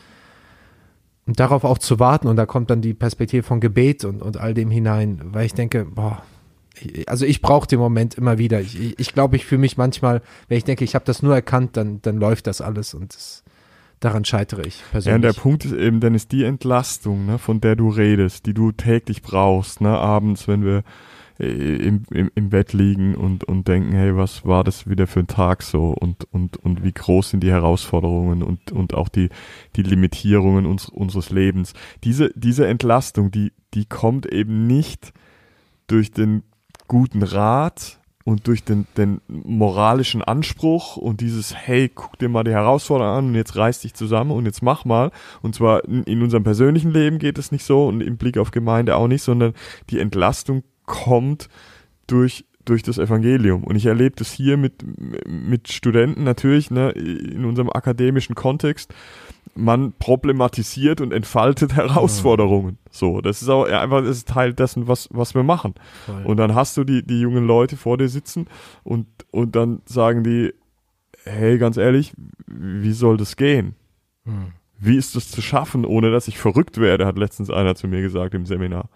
und darauf auch zu warten, und da kommt dann die Perspektive von Gebet und, und all dem hinein, weil ich denke, boah, ich, also ich brauche den Moment immer wieder. Ich glaube, ich, glaub, ich fühle mich manchmal, wenn ich denke, ich habe das nur erkannt, dann, dann läuft das alles und das, daran scheitere ich persönlich. Ja, und der Punkt ist eben, dann ist die Entlastung, ne, von der du redest, die du täglich brauchst, ne, abends, wenn wir Im, im, im Bett liegen und, und denken, hey, was war das wieder für ein Tag so und, und, und wie groß sind die Herausforderungen und, und auch die, die Limitierungen uns, unseres Lebens. Diese, diese Entlastung, die, die kommt eben nicht durch den guten Rat und durch den, den moralischen Anspruch und dieses, hey, guck dir mal die Herausforderung an und jetzt reiß dich zusammen und jetzt mach mal. Und zwar in, in unserem persönlichen Leben geht es nicht so und im Blick auf Gemeinde auch nicht, sondern die Entlastung kommt durch durch das Evangelium. Und ich erlebe das hier mit mit Studenten natürlich, ne, in unserem akademischen Kontext. Man problematisiert und entfaltet Herausforderungen. So, das ist auch einfach, das ist Teil dessen, was was wir machen. Voll. Und dann hast du die die jungen Leute vor dir sitzen und und dann sagen die, hey, ganz ehrlich, wie soll das gehen? Hm. Wie ist das zu schaffen, ohne dass ich verrückt werde, hat letztens einer zu mir gesagt im Seminar.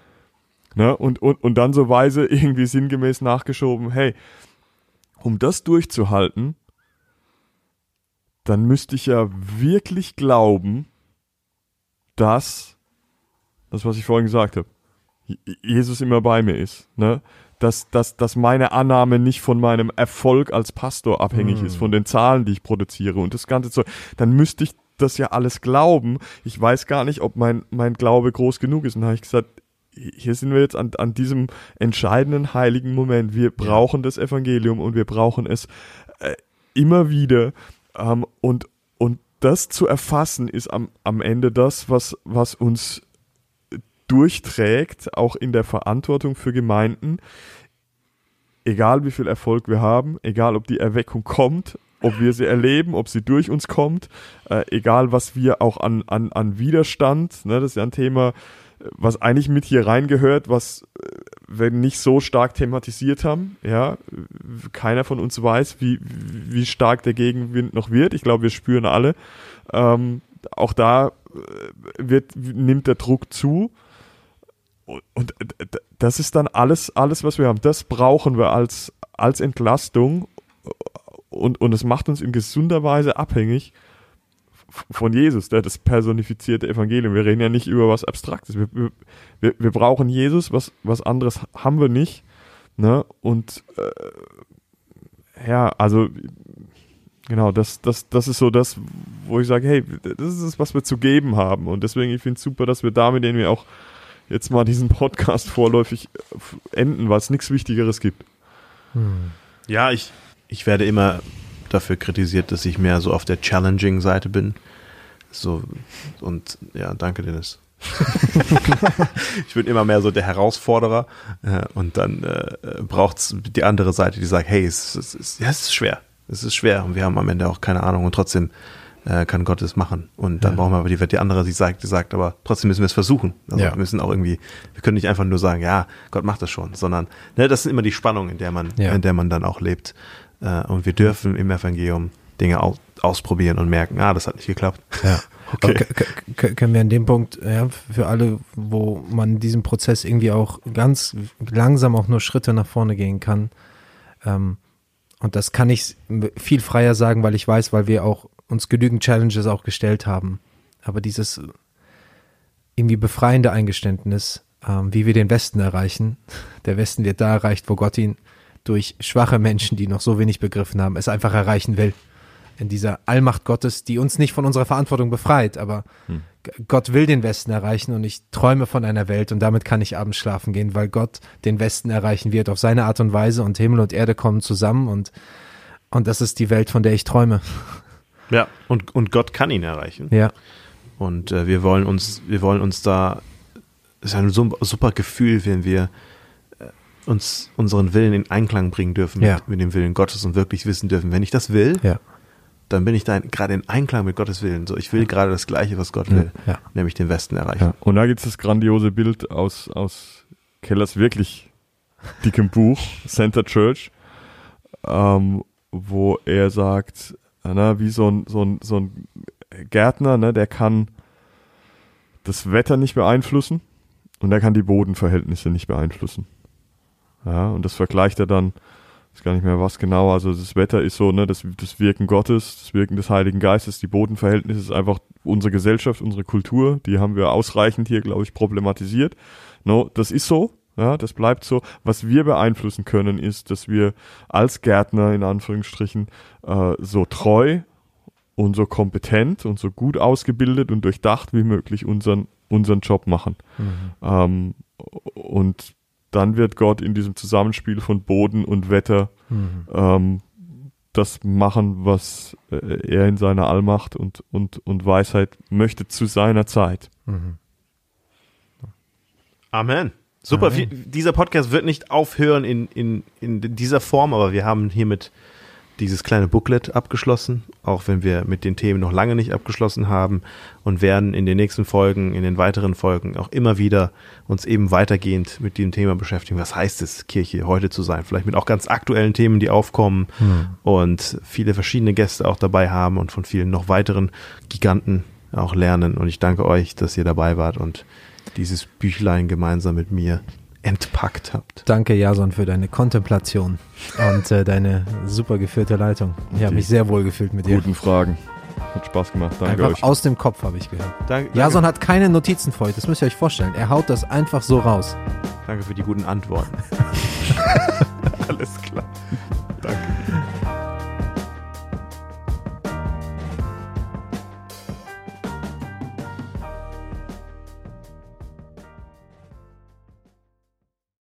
Ne, und, und, und dann so weise irgendwie sinngemäß nachgeschoben, hey, um das durchzuhalten, dann müsste ich ja wirklich glauben, dass, das was ich vorhin gesagt habe, Jesus immer bei mir ist, ne? Dass, dass, dass meine Annahme nicht von meinem Erfolg als Pastor abhängig mm. ist, von den Zahlen, die ich produziere und das Ganze so, dann müsste ich das ja alles glauben. Ich weiß gar nicht, ob mein, mein Glaube groß genug ist. Und da habe ich gesagt, hier sind wir jetzt an, an diesem entscheidenden heiligen Moment. Wir brauchen das Evangelium und wir brauchen es äh, immer wieder. Ähm, und, und das zu erfassen ist am, am Ende das, was, was uns durchträgt, auch in der Verantwortung für Gemeinden. Egal wie viel Erfolg wir haben, egal ob die Erweckung kommt, ob wir sie erleben, ob sie durch uns kommt, äh, egal was wir auch an, an, an Widerstand, ne, das ist ja ein Thema, was eigentlich mit hier reingehört, was wir nicht so stark thematisiert haben. Ja, keiner von uns weiß, wie, wie stark der Gegenwind noch wird. Ich glaube, wir spüren alle. Ähm, auch da wird, nimmt der Druck zu. Und, und das ist dann alles, alles, was wir haben. Das brauchen wir als, als Entlastung. Und, und es macht uns in gesunder Weise abhängig von Jesus, der das personifizierte Evangelium. Wir reden ja nicht über was Abstraktes. Wir, wir, wir brauchen Jesus, was, was anderes haben wir nicht. Ne? Und äh, ja, also genau, das, das, das ist so das, wo ich sage, hey, das ist es, was wir zu geben haben. Und deswegen, ich finde es super, dass wir damit irgendwie auch jetzt mal diesen Podcast vorläufig enden, weil es nichts Wichtigeres gibt. Hm. Ja, ich, ich werde immer dafür kritisiert, dass ich mehr so auf der Challenging-Seite bin. So, und ja, danke, Dennis. Ich bin immer mehr so der Herausforderer äh, und dann äh, braucht es die andere Seite, die sagt, hey, es, es, es, ja, es ist schwer. Es ist schwer und wir haben am Ende auch keine Ahnung und trotzdem äh, kann Gott es machen. Und dann ja. brauchen wir aber die, die andere, die sagt, die sagt, aber trotzdem müssen wir es versuchen. Also ja. wir müssen auch irgendwie, wir können nicht einfach nur sagen, ja, Gott macht das schon, sondern ne, das ist immer die Spannung, in der man, ja. in der man dann auch lebt. Und wir dürfen im Evangelium Dinge au- ausprobieren und merken, ah, das hat nicht geklappt. Ja. Okay. K- k- können wir an dem Punkt, ja, für alle, wo man in diesem Prozess irgendwie auch ganz langsam auch nur Schritte nach vorne gehen kann. Ähm, und das kann ich viel freier sagen, weil ich weiß, weil wir auch uns genügend Challenges auch gestellt haben. Aber dieses irgendwie befreiende Eingeständnis, ähm, wie wir den Westen erreichen, der Westen wird da erreicht, wo Gott ihn durch schwache Menschen, die noch so wenig begriffen haben, es einfach erreichen will. in dieser Allmacht Gottes, die uns nicht von unserer Verantwortung befreit, aber hm. Gott will den Westen erreichen und ich träume von einer Welt und damit kann ich abends schlafen gehen, weil Gott den Westen erreichen wird auf seine Art und Weise und Himmel und Erde kommen zusammen und, und das ist die Welt, von der ich träume. Ja, und, und Gott kann ihn erreichen. Ja. Und äh, wir wollen uns, wir wollen uns da, es ist ein super Gefühl, wenn wir äh, uns unseren Willen in Einklang bringen dürfen ja. mit, mit dem Willen Gottes und wirklich wissen dürfen, wenn ich das will, ja. dann bin ich da gerade in Einklang mit Gottes Willen. So, ich will gerade das Gleiche, was Gott will, ja. nämlich den Westen erreichen. Ja. Und da gibt es das grandiose Bild aus, aus Kellers wirklich dickem Buch, Center Church, ähm, wo er sagt, na, wie so ein, so ein, so ein Gärtner, ne, der kann das Wetter nicht beeinflussen und der kann die Bodenverhältnisse nicht beeinflussen. Ja, und das vergleicht er dann, ich weiß gar nicht mehr was genau, also das Wetter ist so, ne, das, das Wirken Gottes, das Wirken des Heiligen Geistes, die Bodenverhältnisse ist einfach unsere Gesellschaft, unsere Kultur, die haben wir ausreichend hier, glaube ich, problematisiert. No, das ist so, ja, das bleibt so. Was wir beeinflussen können, ist, dass wir als Gärtner, in Anführungsstrichen, äh, so treu und so kompetent und so gut ausgebildet und durchdacht wie möglich unseren, unseren Job machen. Mhm. Ähm, und dann wird Gott in diesem Zusammenspiel von Boden und Wetter mhm. ähm, das machen, was äh, er in seiner Allmacht und, und, und Weisheit möchte zu seiner Zeit. Mhm. Amen. Super, Amen. Viel, dieser Podcast wird nicht aufhören in, in, in dieser Form, aber wir haben hiermit dieses kleine Booklet abgeschlossen, auch wenn wir mit den Themen noch lange nicht abgeschlossen haben und werden in den nächsten Folgen, in den weiteren Folgen auch immer wieder uns eben weitergehend mit dem Thema beschäftigen. Was heißt es, Kirche heute zu sein? Vielleicht mit auch ganz aktuellen Themen, die aufkommen hm. und viele verschiedene Gäste auch dabei haben und von vielen noch weiteren Giganten auch lernen. Und ich danke euch, dass ihr dabei wart und dieses Büchlein gemeinsam mit mir entpackt habt. Danke, Jason, für deine Kontemplation und äh, deine super geführte Leitung. Ich habe mich sehr wohl gefühlt mit dir. Guten Fragen. Hat Spaß gemacht. Danke einfach euch. Aus dem Kopf habe ich gehört. Danke, danke. Jason hat keine Notizen für euch, das müsst ihr euch vorstellen. Er haut das einfach so raus. Danke für die guten Antworten. Alles klar.